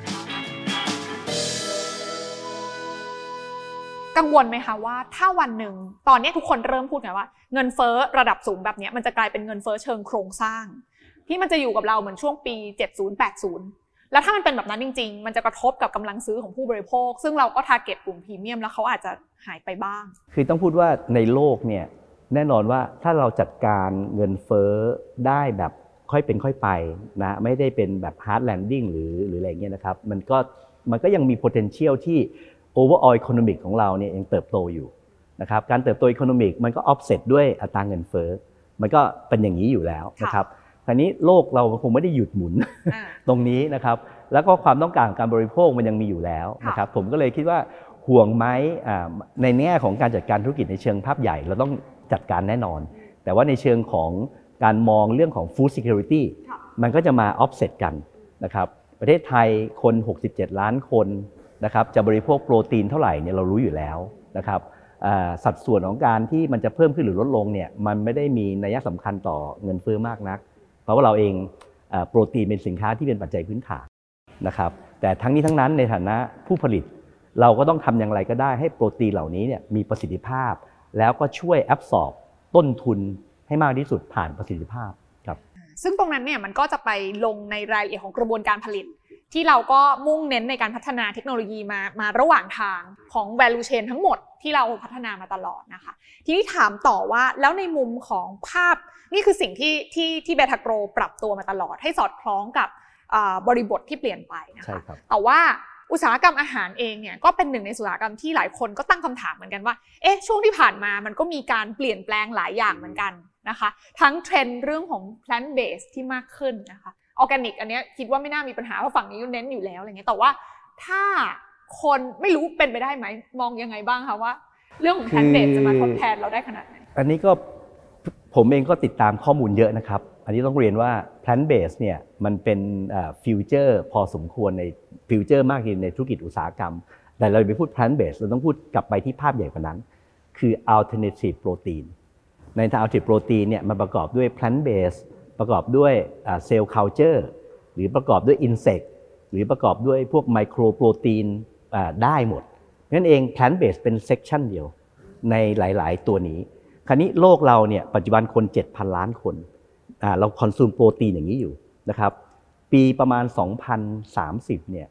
กังวลไหมคะว่าถ้าวันหนึ่งตอนนี้ทุกคนเริ่มพูดกันว่าเงินเฟ้อระดับสูงแบบนี้มันจะกลายเป็นเงินเฟ้อเชิงโครงสร้างที่มันจะอยู่กับเราเหมือนช่วงปี เจ็ดสิบ แปดสิบ แล้วถ้ามันเป็นแบบนั้นจริงๆมันจะกระทบกับกำลังซื้อของผู้บริโภคซึ่งเราก็ทาร์เก็ตกลุ่มพรีเมียมแล้วเขาอาจจะหายไปบ้างคือต้องพูดว่าในโลกเนี่ยแน่นอนว่าถ้าเราจัดการเงินเฟ้อได้แบบค่อยเป็นค่อยไปนะไม่ได้เป็นแบบ hard landing หรือหรืออะไรเงี้ยนะครับมันก็มันก็ยังมี potential ที่ overall economic ของเราเนี่ยยังเติบโตอยู่นะครับการเติบโต economic มันก็ offset ด้วยอัตราเงินเฟ้อมันก็เป็นอย่างนี้อยู่แล้วนะครับคราวนี้โลกเราคงไม่ได้หยุดหมุน ตรงนี้นะครับแล้วก็ความต้องการของการบริโภคมันยังมีอยู่แล้วนะครับผมก็เลยคิดว่าห่วงไหมในแง่ของการจัดการธุรกิจในเชิงภาพใหญ่เราต้องจัดการแน่นอนแต่ว่าในเชิงของการมองเรื่องของ food security มันก็จะมา offset กันนะครับประเทศไทยคนหกสิบเจ็ดล้านคนนะครับจะบริโภคโปรตีนเท่าไหร่เนี่ยเรารู้อยู่แล้วนะครับสัดส่วนของการที่มันจะเพิ่มขึ้นหรือลดลงเนี่ยมันไม่ได้มีนัยสำคัญต่อเงินเฟ้อมากนักเพราะว่าเราเองโปรตีนเป็นสินค้าที่เป็นปัจจัยพื้นฐานนะครับแต่ทั้งนี้ทั้งนั้นในฐานะผู้ผลิตเราก็ต้องทำอย่างไรก็ได้ให้โปรตีนเหล่านี้เนี่ยมีประสิทธิภาพแล้วก็ช่วยแอบซอร์บต้นทุนให้มากที่สุดผ่านประสิทธิภาพครับซึ่งตรงนั้นเนี่ยมันก็จะไปลงในรายละเอียดของกระบวนการผลิตที่เราก็มุ่งเน้นในการพัฒนาเทคโนโลยีมามาระหว่างทางของ value chain ทั้งหมดที่เราพัฒนามาตลอดนะคะทีนี้ถามต่อว่าแล้วในมุมของภาพนี่คือสิ่งที่ที่ที่เบทาโกรปรับตัวมาตลอดให้สอดคล้องกับบริบทที่เปลี่ยนไปนะคะแต่ว่าอุตสาหกรรมอาหารเองเนี่ยก็เป็นหนึ่งในอุตสาหกรรมที่หลายคนก็ตั้งคำถามเหมือนกันว่าเอ๊ะช่วงที่ผ่านมามันก็มีการเปลี่ยนแปลงหลายอย่างเหมือนกันนะคะทั้งเทรนด์เรื่องของ plant based ที่มากขึ้นนะคะออร์แกนิกอันนี้คิดว่าไม่น่ามีปัญหาเพราะฝั่งนี้เน้นอยู่แล้วอะไรเงี้ยแต่ว่าถ้าคนไม่รู้เป็นไปได้ไหมมองยังไงบ้างคะว่าเรื่องของ plant based จะมาทดแทนเราได้ขนาดไหนอันนี้ก็ผมเองก็ติดตามข้อมูลเยอะนะครับอันนี้ต้องเรียนว่า plant based เนี่ยมันเป็นฟิวเจอร์พอสมควรในฟิวเจอร์มากที่ในธุรกิจอุตสาหกรรมแต่เราไปพูด plant based เราต้องพูดกลับไปที่ภาพใหญ่กว่านั้นคือ alternative protein ในทาง alternative protein เนี่ยมันประกอบด้วย plant based ประกอบด้วยเซลล์ culture หรือประกอบด้วย insect หรือประกอบด้วยพวก micro protein ได้หมดงั้นเอง plant based เป็น section เดียวในหลายๆตัวนี้คราวนี้โลกเราเนี่ยปัจจุบันคน เจ็ดพัน ล้านคนเราคอนซูมโปรตีนอย่างนี้อยู่นะครับปีประมาณสองพันสามสิบเนี่ย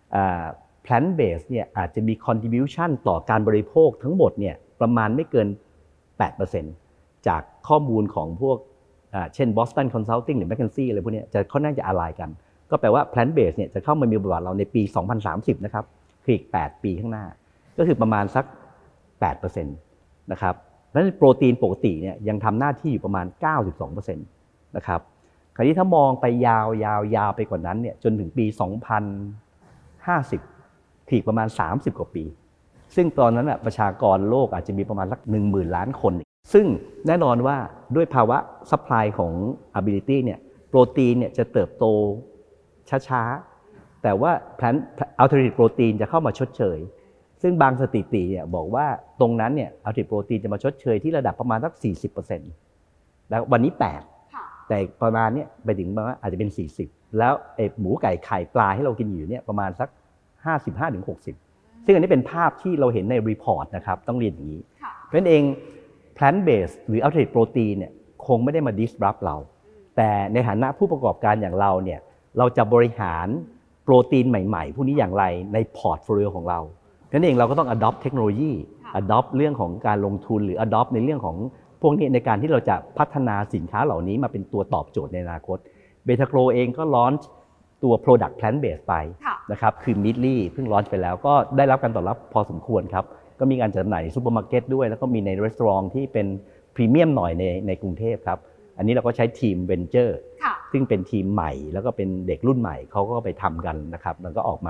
plant based เนี่ยอาจจะมี contribution ต่อการบริโภคทั้งหมดเนี่ยประมาณไม่เกิน แปดเปอร์เซ็นต์ จากข้อมูลของพวกเช่น Boston Consulting หรือ McKinsey อะไรพวกนี้จะค่อนข้างจะอะไรกันก็แปลว่า plant based เนี่ยจะเข้ามามีบทบาทเราในปีสองพันสามสิบนะครับคืออีกแปดปีข้างหน้าก็คือประมาณสัก แปดเปอร์เซ็นต์ นะครับแล้วโปรตีนปกติเนี่ยยังทำหน้าที่อยู่ประมาณ เก้าสิบสองเปอร์เซ็นต์ นะครับคราวนี้ถ้ามองไปยาวยาวยาวไปกว่านั้นเนี่ยจนถึงปีสองพันห้าสิบถีกประมาณสามสิบกว่าปีซึ่งตอนนั้นน่ะประชากรโลกอาจจะมีประมาณสัก หนึ่งหมื่น ล้านคนซึ่งแน่นอนว่าด้วยภาวะซัพพลายของ ability เนี่ยโปรตีนเนี่ยจะเติบโตช้าๆแต่ว่า plant alternative protein จะเข้ามาชดเชยซึ่งบางสถิติเนี่ยบอกว่าตรงนั้นเนี่ย alternative protein จะมาชดเชยที่ระดับประมาณสัก สี่สิบเปอร์เซ็นต์ แล้ววันนี้แปดแต่ประมาณนี้ไปถึงประมาณอาจจะเป็นสี่สิบแล้วไอ้หมูไก่ไข่ปลาที่เรากินอยู่เนี่ยประมาณสัก ห้าสิบห้าถึงหกสิบ ซึ่งอันนี้เป็นภาพที่เราเห็นในรีพอร์ตนะครับต้องเรียนอย่างนี้เพราะฉะนั้นเอง plant based หรือ alternative protein เนี่ยคงไม่ได้มา disrupt เราแต่ในฐานะผู้ประกอบการอย่างเราเนี่ยเราจะบริหารโปรตีนใหม่ๆพวกนี้อย่างไรในพอร์ตโฟลิโอของเราเพราะฉะนั้นเองเราก็ต้อง adopt เทคโนโลยี adopt เรื่องของการลงทุนหรือ adopt ในเรื่องของพวกนี้ในการที่เราจะพัฒนาสินค้าเหล่านี้มาเป็นตัวตอบโจทย์ในอนาคตเบทาโกรเองก็ launch ตัว product plant based ไปนะครับคือ Midley เพิ่ง launch ไปแล้วก็ได้รับการตอบรับพอสมควรครับก็มีการจำหน่ายในซูเปอร์มาร์เก็ตด้วยแล้วก็มีในรีสอร์ทที่เป็นพรีเมียมหน่อยในในกรุงเทพครับอันนี้เราก็ใช้ทีม Venture ซึ่งเป็นทีมใหม่แล้วก็เป็นเด็กรุ่นใหม่เขาก็ไปทำกันนะครับแล้วก็ออกมา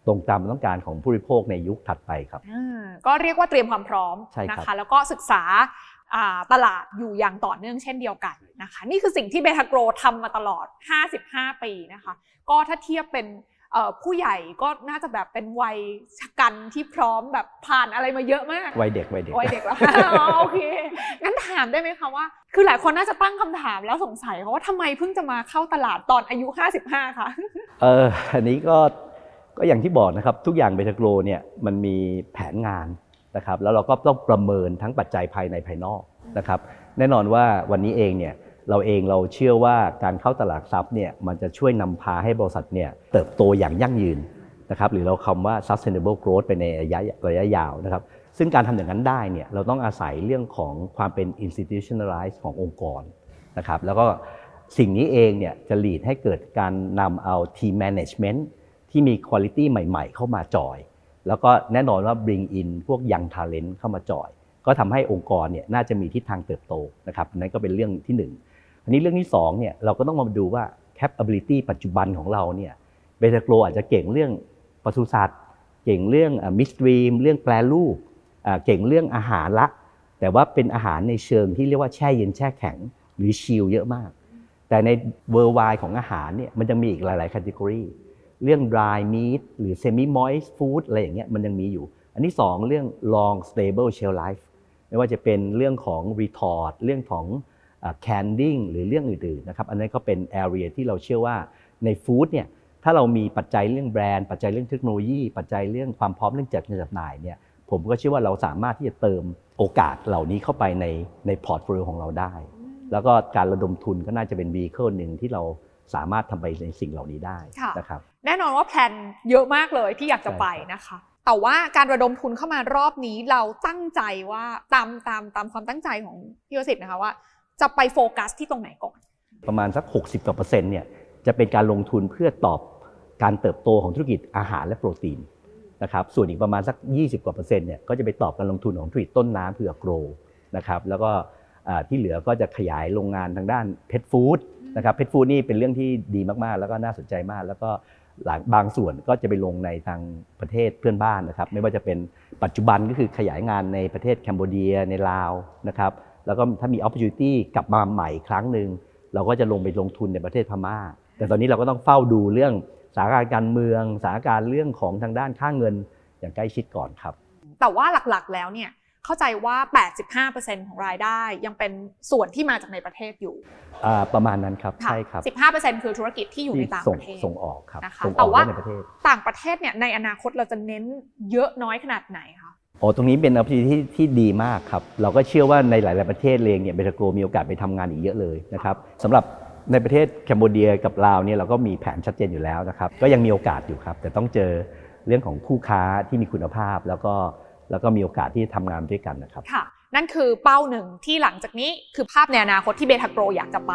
ตรงตามต้องการของผู้บริโภคในยุคถัดไปครับก็เรียกว่าเตรียมความพร้อมนะคะแล้วก็ศึกษาตลาดอยู่อย่างต่อเนื่องเช่นเดียวกันนะคะนี่คือสิ่งที่เบทาโกรทำมาตลอดห้าสิบห้าปีนะคะก็ถ้าเทียบเป็นผู้ใหญ่ก็น่าจะแบบเป็นวัยชะกันที่พร้อมแบบผ่านอะไรมาเยอะมากวัยเด็กวัยเด็กวัยเด็กแล้วโอเคงั้นถามได้ไหมคะว่าคือหลายคนน่าจะตั้งคำถามแล้วสงสัยเขาว่าทำไมเพิ่งจะมาเข้าตลาดตอนอายุห้าสิบห้าคะเอออันนี้ก็ก็อย่างที่บอกนะครับทุกอย่างเบทาโกรเนี่ยมันมีแผนงานนะครับแล้วเราก็ต้องประเมินทั้งปัจจัยภายในภายนอกนะครับแน่นอนว่าวันนี้เองเนี่ยเราเองเราเชื่อว่าการเข้าตลาดทรัพย์เนี่ยมันจะช่วยนำพาให้บริษัทเนี่ยเติบโตอย่างยั่งยืนนะครับหรือเราคำว่า sustainable growth ไปในระยะระยะยาวนะครับซึ่งการทำอย่างนั้นได้เนี่ยเราต้องอาศัยเรื่องของความเป็น institutionalized ขององค์กรนะครับแล้วก็สิ่งนี้เองเนี่ยจะ lead ให้เกิดการนำเอา team management ที่มี quality ใหม่ๆเข้ามาจอยแล้วก็แน่นอนว่า bring in พวก young talent เข้ามาจอยก็ทำให้องค์กรเนี่ยน่าจะมีทิศทางเติบโตนะครับนั่นก็เป็นเรื่องที่หนึ่งอันนี้เรื่องที่สองเนี่ยเราก็ต้องมาดูว่า capability ปัจจุบันของเราเนี่ยเบทาโกรอาจจะเก่งเรื่องปศุสัตว์เก่งเรื่อง midstream เรื่องแปรรูปเก่งเรื่องอาหารละแต่ว่าเป็นอาหารในเชิงที่เรียกว่าแช่เย็นแช่แข็งหรือชิลเยอะมากแต่ใน worldwide ของอาหารเนี่ยมันจะมีอีกหลายๆ category เรื่อง dry meat หรือ semi moist food อะไรอย่างเงี้ยมันยังมีอยู่อันที่สองเรื่อง long stable shelf life ไม่ว่าจะเป็นเรื่องของ retort เรื่องของcanning หรือเรื่องอื่นๆนะครับอันนั้นก็เป็น area ที่เราเชื่อว่าในฟู้ดเนี่ยถ้าเรามีปัจจัยเรื่องแบรนด์ปัจจัยเรื่องเทคโนโลยีปัจจัยเรื่องความพร้อมเรื่องจัดจำหน่ายเนี่ยผมก็เชื่อว่าเราสามารถที่จะเติมโอกาสเหล่านี้เข้าไปในในพอร์ตโฟลิโอของเราได้แล้วก็การระดมทุนก็น่าจะเป็น vehicle หนึ่งที่เราสามารถทำไปในสิ่งเหล่านี้ได้นะครับแน่นอนว่าแพลนเยอะมากเลยที่อยากจะไปนะคะแต่ว่าการระดมทุนเข้ามารอบนี้เราตั้งใจว่าตามตามตามความตั้งใจของพี่วสิทธิ์นะคะว่าจะไปโฟกัสที่ตรงไหนก่อนประมาณสักหกสิบกว่าเปอร์เซ็นต์เนี่ยจะเป็นการลงทุนเพื่อตอบการเติบโตของธุรกิจอาหารและโปรตีนนะครับส่วนอีกประมาณสักยี่สิบกว่าเปอร์เซ็นต์เนี่ยก็จะไปตอบการลงทุนของธุรกิจต้นน้ำเพื่อโกรนะครับแล้วก็ที่เหลือก็จะขยายโรงงานทางด้านเพทฟู้ดนะครับเพทฟู้ดนี่เป็นเรื่องที่ดีมากๆแล้วก็น่าสนใจมากแล้วก็บางส่วนก็จะไปลงในทางประเทศเพื่อนบ้านนะครับไม่ว่าจะเป็นปัจจุบันก็คือขยายงานในประเทศแคนเบเดียในลาวนะครับแล้วก็ถ้ามี opportunity กลับมาใหม่ครั้งหนึ่งเราก็จะลงไปลงทุนในประเทศพม่าแต่ตอนนี้เราก็ต้องเฝ้าดูเรื่องสถานการณ์การเมืองสถานการณ์เรื่องของทางด้านค่าเงินอย่างใกล้ชิดก่อนครับแต่ว่าหลักๆแล้วเนี่ยเข้าใจว่า แปดสิบห้าเปอร์เซ็นต์ ของรายได้ยังเป็นส่วนที่มาจากในประเทศอยู่ประมาณนั้นครับใช่ครับสิบห้าเปอร์เซ็นต์ คือธุรกิจที่อยู่ในต่างประเทศส่งออกครับแต่ว่าต่างประเทศเนี่ยในอนาคตเราจะเน้นเยอะน้อยขนาดไหนคะโอ้ตรงนี้เป็น opportunity ที่ที่ดีมากครับเราก็เชื่อว่าในหลายๆประเทศเองเนี่ยเบทาโกรมีโอกาสไปทำงานอีกเยอะเลยนะครับสำหรับในประเทศแคนเบเดียกับลาวเนี่ยเราก็มีแผนชัดเจนอยู่แล้วนะครับก็ยังมีโอกาสอยู่ครับแต่ต้องเจอเรื่องของคู่ค้าที่มีคุณภาพแล้วก็แล้วก็มีโอกาสที่ทำงานด้วยกันนะครับค่ะนั่นคือเป้าหนึ่งที่หลังจากนี้คือภาพในอนาคตที่เบทาโกรอยากจะไป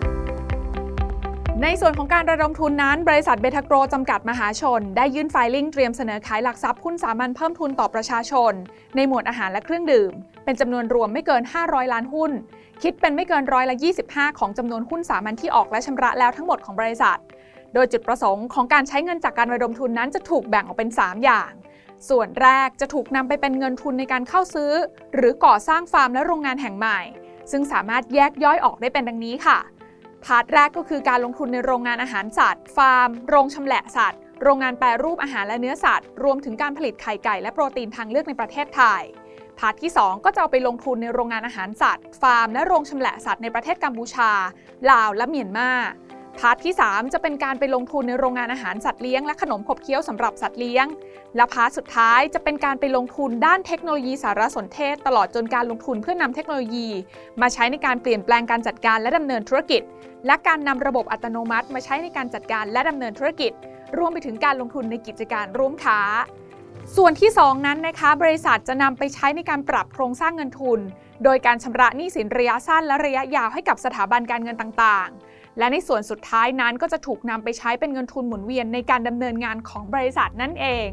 ในส่วนของการระดมทุนนั้นบริษัทเบทาโกรจำกัดมหาชนได้ยื่นไฟลิ่งเตรียมเสนอขายหลักทรัพย์หุ้นสามัญเพิ่มทุนต่อประชาชนในหมวดอาหารและเครื่องดื่มเป็นจำนวนรวมไม่เกินห้าร้อยล้านหุ้นคิดเป็นไม่เกินร้อยละยี่สิบห้าของจำนวนหุ้นสามัญที่ออกและชำระแล้วทั้งหมดของบริษัทโดยจุดประสงค์ของการใช้เงินจากการระดมทุนนั้นจะถูกแบ่งออกเป็นสามอย่างส่วนแรกจะถูกนำไปเป็นเงินทุนในการเข้าซื้อหรือก่อสร้างฟาร์มและโรงงานแห่งใหม่ซึ่งสามารถแยกย่อยออกได้เป็นดังนี้ค่ะพาร์ทแรกก็คือการลงทุนในโรงงานอาหารสัตว์ฟาร์มโรงชำแหละสัตว์โรงงานแปรรูปอาหารและเนื้อสัตว์รวมถึงการผลิตไข่ไก่และโปรตีนทางเลือกในประเทศไทยพาร์ทที่สองก็จะเอาไปลงทุนในโรงงานอาหารสัตว์ฟาร์มและโรงชำแหละสัตว์ในประเทศกัมพูชาลาวและเมียนมาพาร์ทที่สามจะเป็นการไปลงทุนในโรงงานอาหารสัตว์เลี้ยงและขนมขบเคี้ยวสำหรับสัตว์เลี้ยงและพาร์ทสุดท้ายจะเป็นการไปลงทุนด้านเทคโนโลยีสารสนเทศตลอดจนการลงทุนเพื่อนำเทคโนโลยีมาใช้ในการเปลี่ยนแปลงการจัดการและดำเนินธุรกิจและการนำระบบอัตโนมัติมาใช้ในการจัดการและดำเนินธุรกิจรวมไปถึงการลงทุนในกิจการร่วมค้าส่วนที่สองนั้นนะคะบริษัทจะนำไปใช้ในการปรับโครงสร้างเงินทุนโดยการชำระหนี้สินระยะสั้นและระยะยาวให้กับสถาบันการเงินต่างๆและในส่วนสุดท้ายนั้นก็จะถูกนำไปใช้เป็นเงินทุนหมุนเวียนในการดำเนินงานของบริษัทนั่นเอง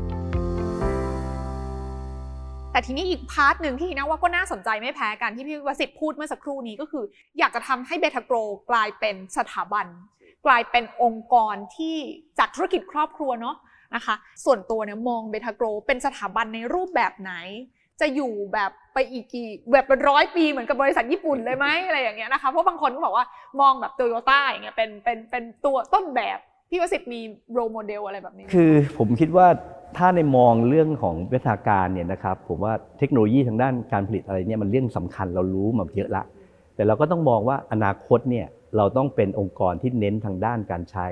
แต่ทีนี้อีกพาร์ทหนึ่งที่นะว่าก็น่าสนใจไม่แพ้กันที่พี่วสิทธิ์พูดเมื่อสักครู่นี้ก็คืออยากจะทำให้เบทาโกรกลายเป็นสถาบันกลายเป็นองค์กรที่จากธุรกิจครอบครัวเนาะนะคะส่วนตัวเนี่ยมองเบทาโกรเป็นสถาบันในรูปแบบไหนจะอยู่แบบไปอีกกี่แบบเป็นร้อยปีเหมือนกับบริษัทญี่ปุ่นเลยไหมอะไรอย่างเงี้ยนะคะเพราะบางคนก็บอกว่ามองแบบโตโยต้าอย่างเงี้ยเป็นเป็นเป็นตัวต้นแบบพี่วสิทธิ์มีโรลโมเดลอะไรแบบนี้คือผมคิดว่าถ้าในมองเรื่องของวิทยาการเนี่ยนะครับผมว่าเทคโนโลยีทางด้านการผลิตอะไรเนี่ยมันเรื่องสำคัญเรารู้มาเยอะละแต่เราก็ต้องมองว่าอนาคตเนี่ยเราต้องเป็นองค์กรที่เน้นทางด้านการใช้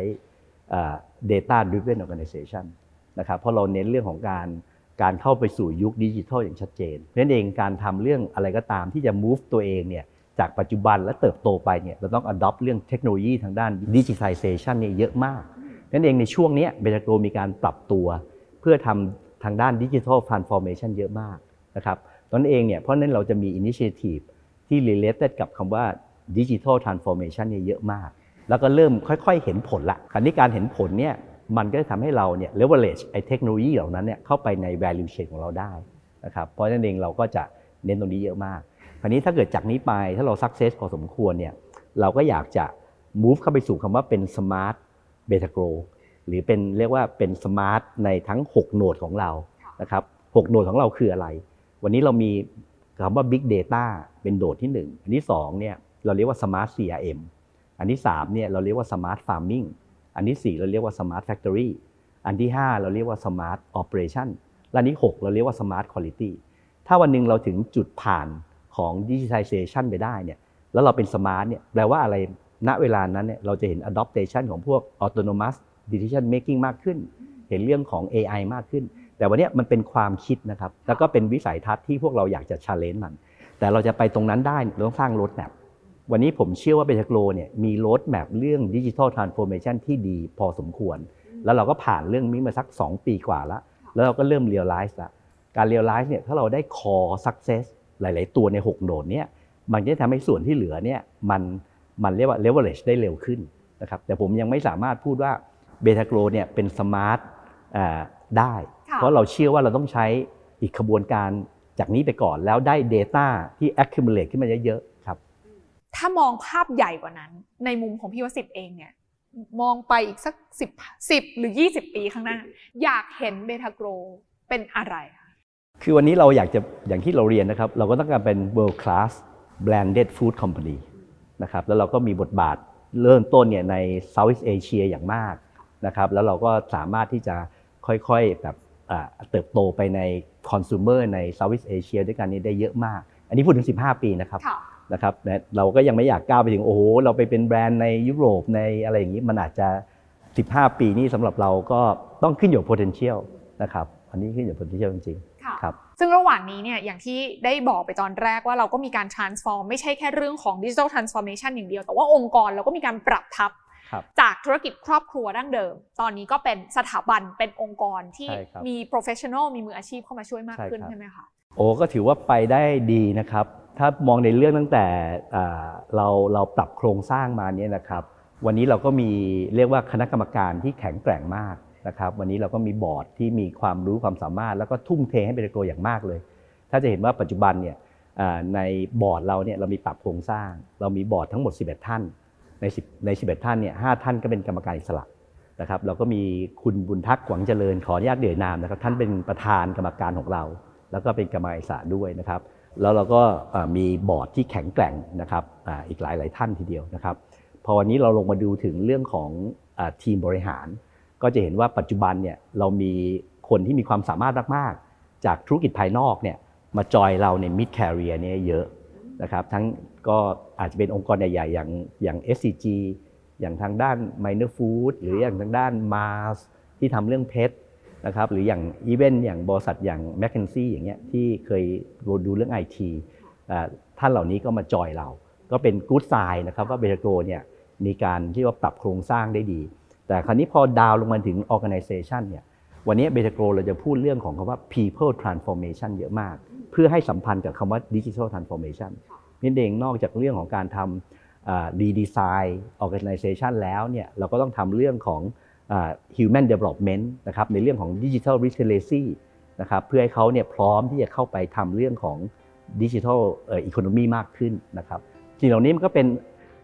data driven organization นะครับเพราะเราเน้นเรื่องของการการเข้าไปสู่ยุคดิจิทัลอย่างชัดเจนเพราะฉะนั้นเองการทำเรื่องอะไรก็ตามที่จะ move ตัวเองเนี่ยจากปัจจุบันและเติบโตไปเนี่ยเราต้อง adopt เรื่องเทคโนโลยีทางด้าน digitalization เนี่ยเยอะมากนั่นเองในช่วงนี้เบทาโกรมีการปรับตัวเพื่อทำทางด้าน Digital Transformation เยอะมากนะครับตนเองเนี่ยเพราะนั้นเราจะมี Initiative ที่ related กับคำว่า Digital Transformation เนี่ยเยอะมากแล้วก็เริ่มค่อยๆเห็นผลละคราวนี้การเห็นผลเนี่ยมันก็จะทำให้เราเนี่ย leverage ไอ้เทคโนโลยีเหล่านั้นเนี่ยเข้าไปใน value chain ของเราได้นะครับเพราะนั่นเองเราก็จะเน้นตรงนี้เยอะมากคราวนี้ถ้าเกิดจากนี้ไปถ้าเรา success พอสมควรเนี่ยเราก็อยากจะ move เข้าไปสู่คำว่าเป็น smartเบทาโกรหรือเป็นเรียกว่าเป็นสมาร์ทในทั้งหกโหนดของเรานะครับหกโหนดของเราคืออะไรวันนี้เรามีคำว่า Big Data เป็นโหนดที่หนึ่งอันที่สองเนี่ยเราเรียกว่า Smart ซี อาร์ เอ็ม อันที่สามเนี่ยเราเรียกว่า Smart Farming อันที่สี่เราเรียกว่า Smart Factory อันที่ห้าเราเรียกว่า Smart Operation และอันที่หกเราเรียกว่า Smart Quality ถ้าวันนึงเราถึงจุดผ่านของ Digitalization ไปได้เนี่ยแล้วเราเป็น Smart เนี่ยแปลว่าอะไรณเวลานั้นเนี่ยเราจะเห็น adoption ของพวก autonomous decision making มากขึ้นเห็นเรื่องของ เอ ไอ มากขึ้นแต่วันนี้มันเป็นความคิดนะครับแล้วก็เป็นวิสัยทัศน์ที่พวกเราอยากจะ challenge มันแต่เราจะไปตรงนั้นได้เราต้องสร้าง road map วันนี้ผมเชื่อว่าเบทาโกรเนี่ยมี road map เรื่อง digital transformation ที่ดีพอสมควรแล้วเราก็ผ่านเรื่องนี้มาสักสองปีกว่าแล้วแล้วเราก็เริ่ม realize ละการ realize เนี่ยถ้าเราได้ core success หลายๆตัวในหกโหนดเนี่ยมันจะทำให้ส่วนที่เหลือเนี่ยมันมันเรียกว่า leverage ได้เร็วขึ้นนะครับแต่ผมยังไม่สามารถพูดว่าเบทาโกรเนี่ยเป็นสมาร์ทได้เพราะเราเชื่อว่าเราต้องใช้อีกขบวนการจากนี้ไปก่อนแล้วได้ data ที่ accumulate ขึ้นมาเยอะๆครับถ้ามองภาพใหญ่กว่านั้นในมุมของพี่วสิทธิ์เองเนี่ยมองไปอีกสักสิบ สิบหรือยี่สิบปีข้างหน้าอยากเห็นเบทาโกรเป็นอะไรคือวันนี้เราอยากจะอย่างที่เราเรียนนะครับเราก็ต้องการเป็น world class branded food company นะครับแล้วเราก็มีบทบาทเริ่มต้นเนี่ยใน Southeast Asia อย่างมากนะครับแล้วเราก็สามารถที่จะค่อยๆแบบเติบโตไปใน consumer ใน Southeast Asia ด้วยกันนี่ได้เยอะมากอันนี้พูดถึงสิบห้าปีนะครับนะครับเราก็ยังไม่อยากก้าวไปถึงโอ้โหเราไปเป็นแบรนด์ในยุโรปในอะไรอย่างนี้มันอาจจะสิบห้าปีนี้สำหรับเราก็ต้องขึ้นอยู่กับ potential นะครับอันนี้ขึ้นอยู่กับ potential จริงๆครับซึ่งระหว่างนี้เนี่ยอย่างที่ได้บอกไปตอนแรกว่าเราก็มีการ transform ไม่ใช่แค่เรื่องของ digital transformation อย่างเดียวแต่ว่าองค์กรเราก็มีการปรับทับจากธุรกิจครอบครัวดั้งเดิมตอนนี้ก็เป็นสถาบันเป็นองค์กรที่มี professional มีมืออาชีพเข้ามาช่วยมากขึ้นใช่ไหมคะโอ้ก็ถือว่าไปได้ดีนะครับถ้ามองในเรื่องตั้งแต่เราเราปรับโครงสร้างมาเนี่ยนะครับวันนี้เราก็มีเรียกว่าคณะกรรมการที่แข็งแกร่งมากนะครับวันนี้เราก็มีบอร์ดที่มีความรู้ความสามารถแล้วก็ทุ่มเทให้เบทาโกรอย่างมากเลยถ้าจะเห็นว่าปัจจุบันเนี่ยในบอร์ดเราเนี่ยเรามีปรับโครงสร้างเรามีบอร์ดทั้งหมดสิบเอ็ดท่านใน10ในสิบเอ็ดท่านเนี่ยห้าท่านก็เป็นกรรมการอิสระนะครับเราก็มีคุณบุญทักษ์หวังเจริญขออนุญาตเอ่ยนามนะครับท่านเป็นประธานกรรมการของเราแล้วก็เป็นกรรมการอิสระด้วยนะครับแล้วเราก็มีบอร์ดที่แข็งแกร่งนะครับอีกหลายหลายท่านทีเดียวนะครับพอวันนี้เราลงมาดูถึงเรื่องของทีมบริหารก็จะเห็นว่าปัจจุบันเนี่ยเรามีคนที่มีความสามารถมากๆจากธุรกิจภายนอกเนี่ยมาจอยเราใน mid career เนี่ยเยอะนะครับทั้งก็อาจจะเป็นองค์กรใหญ่ๆอย่างอย่าง เอส ซี จี อย่างทางด้าน Minor Food หรืออย่างทางด้าน Mars ที่ทำเรื่องเพชรนะครับหรืออย่างอีเวนต์อย่างบริษัทอย่าง McKinsey อย่างเงี้ยที่เคยดูเรื่อง ไอ ที ท่านเหล่านี้ก็มาจอยเราก็เป็น good sign นะครับว่าเบทาโกรเนี่ยมีการที่ว่าปรับโครงสร้างได้ดีแต่คราวนี้พอดาวลงมาถึง organization เนี่ยวันนี้เบทาโกรเราจะพูดเรื่องของคำว่า people transformation เยอะมากเพื่อให้สัมพันธ์กับคำว่า digital transformation นี่เองนอกจากเรื่องของการทำ redesign organization แล้วเนี่ยเราก็ต้องทำเรื่องของ human development นะครับในเรื่องของ digital literacy นะครับเพื่อให้เขาเนี่ยพร้อมที่จะเข้าไปทำเรื่องของ digital economy มากขึ้นนะครับสิ่งเหล่านี้มันก็เป็น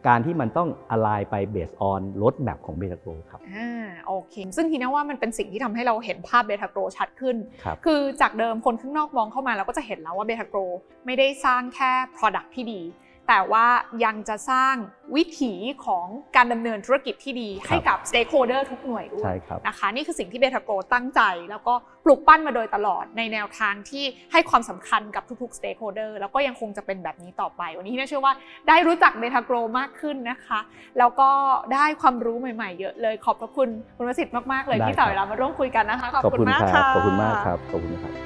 การที่มันต้องอะไรไปเบสออนรถแมพของเบทาโกรครับอ่าโอเคซึ่งทีนี้ว่ามันเป็นสิ่งที่ทำให้เราเห็นภาพเบทาโกรชัดขึ้นครับคือจากเดิมคนข้างนอกมองเข้ามาเราก็จะเห็นแล้วว่าเบทาโกรไม่ได้สร้างแค่ product ที่ดีแต่ว่ายังจะสร้างวิถีของการดำเนินธุรกิจที่ดีให้กับ stakeholder ทุกหน่วยด้วยนะคะนี่คือสิ่งที่เบทาโกรตั้งใจแล้วก็ปลูกปั้นมาโดยตลอดในแนวทางที่ให้ความสำคัญกับทุกๆ stakeholder แล้วก็ยังคงจะเป็นแบบนี้ต่อไปวันนี้น่าเชื่อว่าได้รู้จักเบทาโกรมากขึ้นนะคะแล้วก็ได้ความรู้ใหม่ๆเยอะเลยขอบพระคุณคุณวสิทธิ์มากๆเลยที่สละเวลามาร่วมคุยกันนะคะขอบคุณมากค่ะขอบคุณมากครับขอบคุณครับ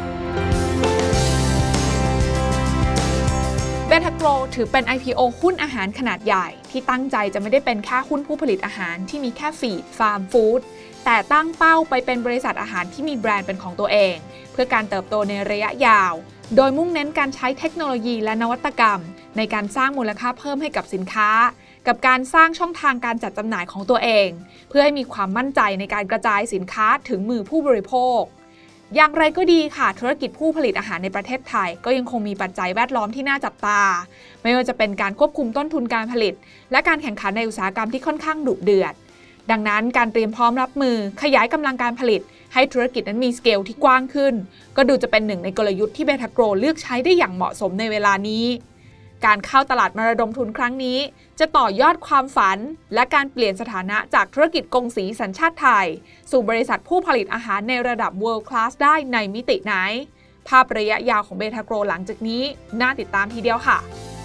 เบทาโกรถือเป็น ไอ พี โอ หุ้นอาหารขนาดใหญ่ที่ตั้งใจจะไม่ได้เป็นแค่หุ้นผู้ผลิตอาหารที่มีแค่ฟีดฟาร์มฟู้ดแต่ตั้งเป้าไปเป็นบริษัทอาหารที่มีแบรนด์เป็นของตัวเองเพื่อการเติบโตในระยะยาวโดยมุ่งเน้นการใช้เทคโนโลยีและนวัตกรรมในการสร้างมูลค่าเพิ่มให้กับสินค้ากับการสร้างช่องทางการจัดจำหน่ายของตัวเองเพื่อให้มีความมั่นใจในการกระจายสินค้าถึงมือผู้บริโภคอย่างไรก็ดีค่ะธุรกิจผู้ผลิตอาหารในประเทศไทยก็ยังคงมีปัจจัยแวดล้อมที่น่าจับตาไม่ว่าจะเป็นการควบคุมต้นทุนการผลิตและการแข่งขันในอุตสาหกรรมที่ค่อนข้างดุเดือดดังนั้นการเตรียมพร้อมรับมือขยายกำลังการผลิตให้ธุรกิจนั้นมีสเกลที่กว้างขึ้นก็ดูจะเป็นหนึ่งในกลยุทธ์ที่เบทาโกรเลือกใช้ได้อย่างเหมาะสมในเวลานี้การเข้าตลาดมาระดมทุนครั้งนี้จะต่อยอดความฝันและการเปลี่ยนสถานะจากธุรกิจกงสีสัญชาติไทยสู่บริษัทผู้ผลิตอาหารในระดับ World Class ได้ในมิติไหนภาพระยะยาวของเบทาโกรหลังจากนี้น่าติดตามทีเดียวค่ะ